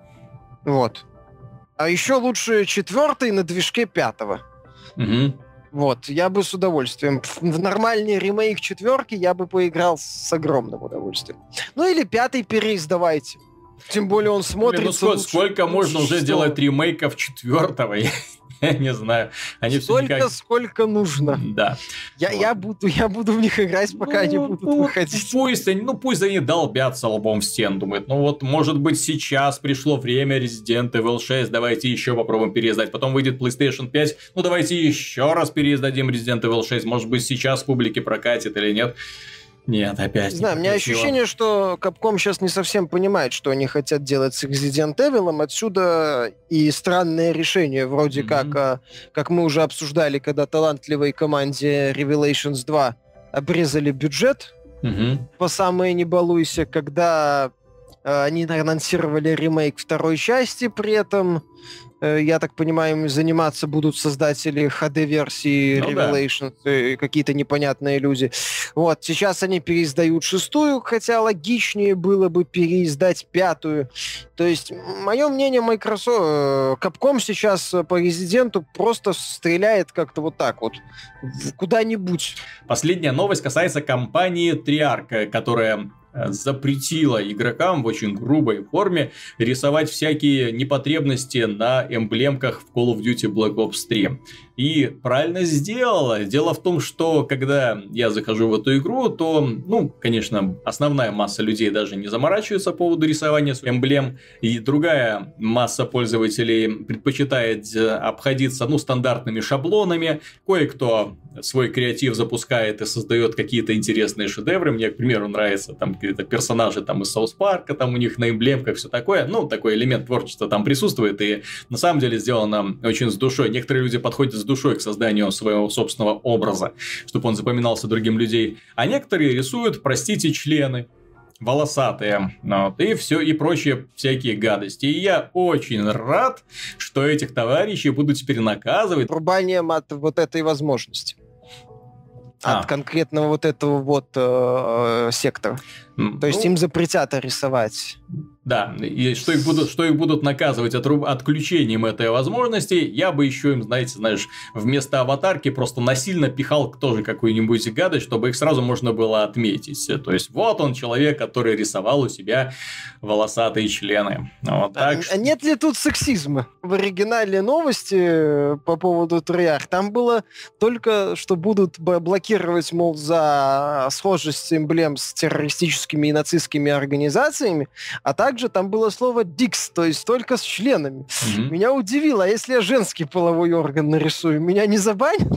Speaker 2: Вот. А еще лучше четвертый на движке пятого.
Speaker 1: Угу.
Speaker 2: Вот, я бы с удовольствием. В нормальный ремейк четверки я бы поиграл с огромным удовольствием. Ну или пятый переиздавайте. Тем более он смотрится...
Speaker 1: Блин, ну сколько,
Speaker 2: лучше,
Speaker 1: сколько можно
Speaker 2: лучше
Speaker 1: уже делать ремейков четвертого? Я не знаю. Они
Speaker 2: Столько,
Speaker 1: никак...
Speaker 2: сколько нужно.
Speaker 1: Да.
Speaker 2: Я, вот. я, буду, я буду в них играть, пока ну, они будут ну, выходить.
Speaker 1: Пусть они, ну, пусть они долбятся лбом в стену, думают. Ну вот, может быть, сейчас пришло время Resident Evil шесть, давайте еще попробуем переиздать. Потом выйдет PlayStation пять, ну давайте еще раз переиздадим Resident Evil шесть. Может быть, сейчас публике прокатит или нет. Нет, опять
Speaker 2: не знаю, у меня ощущение, что Capcom сейчас не совсем понимает, что они хотят делать с Resident Evil. Отсюда и странное решение, вроде mm-hmm. как, как мы уже обсуждали, когда талантливой команде Revelations два обрезали бюджет
Speaker 1: Угу.
Speaker 2: по самое не балуйся, когда э, они анонсировали ремейк второй части, при этом, э, я так понимаю, заниматься будут создатели эйч ди-версии
Speaker 1: Ну да.
Speaker 2: Revelations, э, какие-то непонятные люди. Вот, сейчас они переиздают шестую, хотя логичнее было бы переиздать пятую. То есть, мое мнение, Microsoft, э, Capcom сейчас по Резиденту просто стреляет как-то вот так вот, в- куда-нибудь.
Speaker 1: Последняя новость касается компании Treyarch, которая э, запретила игрокам в очень грубой форме рисовать всякие непотребности на эмблемках в Call of Duty Black Ops три. И правильно сделала. Дело в том, что когда я захожу в эту игру, то, ну, конечно, основная масса людей даже не заморачивается по поводу рисования эмблем. И другая масса пользователей предпочитает э, обходиться, ну, стандартными шаблонами. Кое-кто свой креатив запускает и создает какие-то интересные шедевры. Мне, к примеру, нравятся там какие-то персонажи там из Саус Парка, там у них на эмблемках все такое. Ну, такой элемент творчества там присутствует. И на самом деле сделано очень с душой. Некоторые люди подходят с душой к созданию своего собственного образа, чтобы он запоминался другим людям. А некоторые рисуют, простите, члены волосатые, вот, и все, и прочие всякие гадости. И я очень рад, что этих товарищей будут теперь наказывать.
Speaker 2: Отрубанием от вот этой возможности.
Speaker 1: А.
Speaker 2: От конкретного вот этого вот э, сектора.
Speaker 1: М,
Speaker 2: То есть
Speaker 1: ну,
Speaker 2: им запретят рисовать.
Speaker 1: Да, и что их будут, что их будут наказывать отру- отключением этой возможности, я бы еще им, знаете, знаешь, вместо аватарки просто насильно пихал тоже какую-нибудь гадость, чтобы их сразу можно было отметить. То есть, вот он, человек, который рисовал у себя волосатые члены. Вот так
Speaker 2: А,
Speaker 1: что-
Speaker 2: а нет ли тут сексизма? В оригинале новости э, по поводу Treyarch там было только, что будут б- блокировать, мол, за схожесть эмблем с террористическими и нацистскими организациями, а также там было слово «дикс», то есть только с членами.
Speaker 1: Мгм.
Speaker 2: Меня удивило, а если я женский половой орган нарисую, меня не забанят?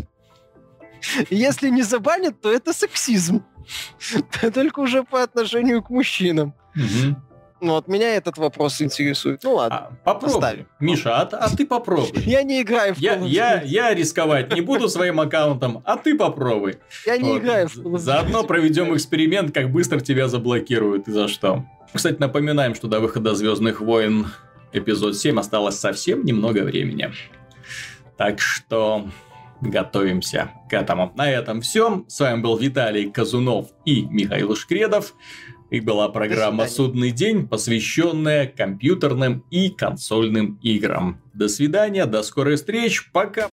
Speaker 2: Если не забанят, то это сексизм. Только уже по отношению к мужчинам.
Speaker 1: Мгм.
Speaker 2: Ну вот меня этот вопрос интересует. Ну ладно.
Speaker 1: А, попробуй.
Speaker 2: Оставим.
Speaker 1: Миша, а, а ты попробуй.
Speaker 2: Я не играю в
Speaker 1: Я,
Speaker 2: Call of
Speaker 1: я,
Speaker 2: Duty.
Speaker 1: я рисковать не буду своим аккаунтом, а ты попробуй.
Speaker 2: Я не
Speaker 1: Вот.
Speaker 2: играю в Call of
Speaker 1: Заодно
Speaker 2: Duty.
Speaker 1: проведем эксперимент, как быстро тебя заблокируют и за что. Кстати, напоминаем, что до выхода «Звездных войн» эпизод семь осталось совсем немного времени. Так что готовимся к этому. На этом все. С вами был Виталий Казунов и Михаил Шкредов. И была программа
Speaker 2: До свидания.
Speaker 1: «Судный день», посвященная компьютерным и консольным играм. До свидания, до скорых встреч, пока!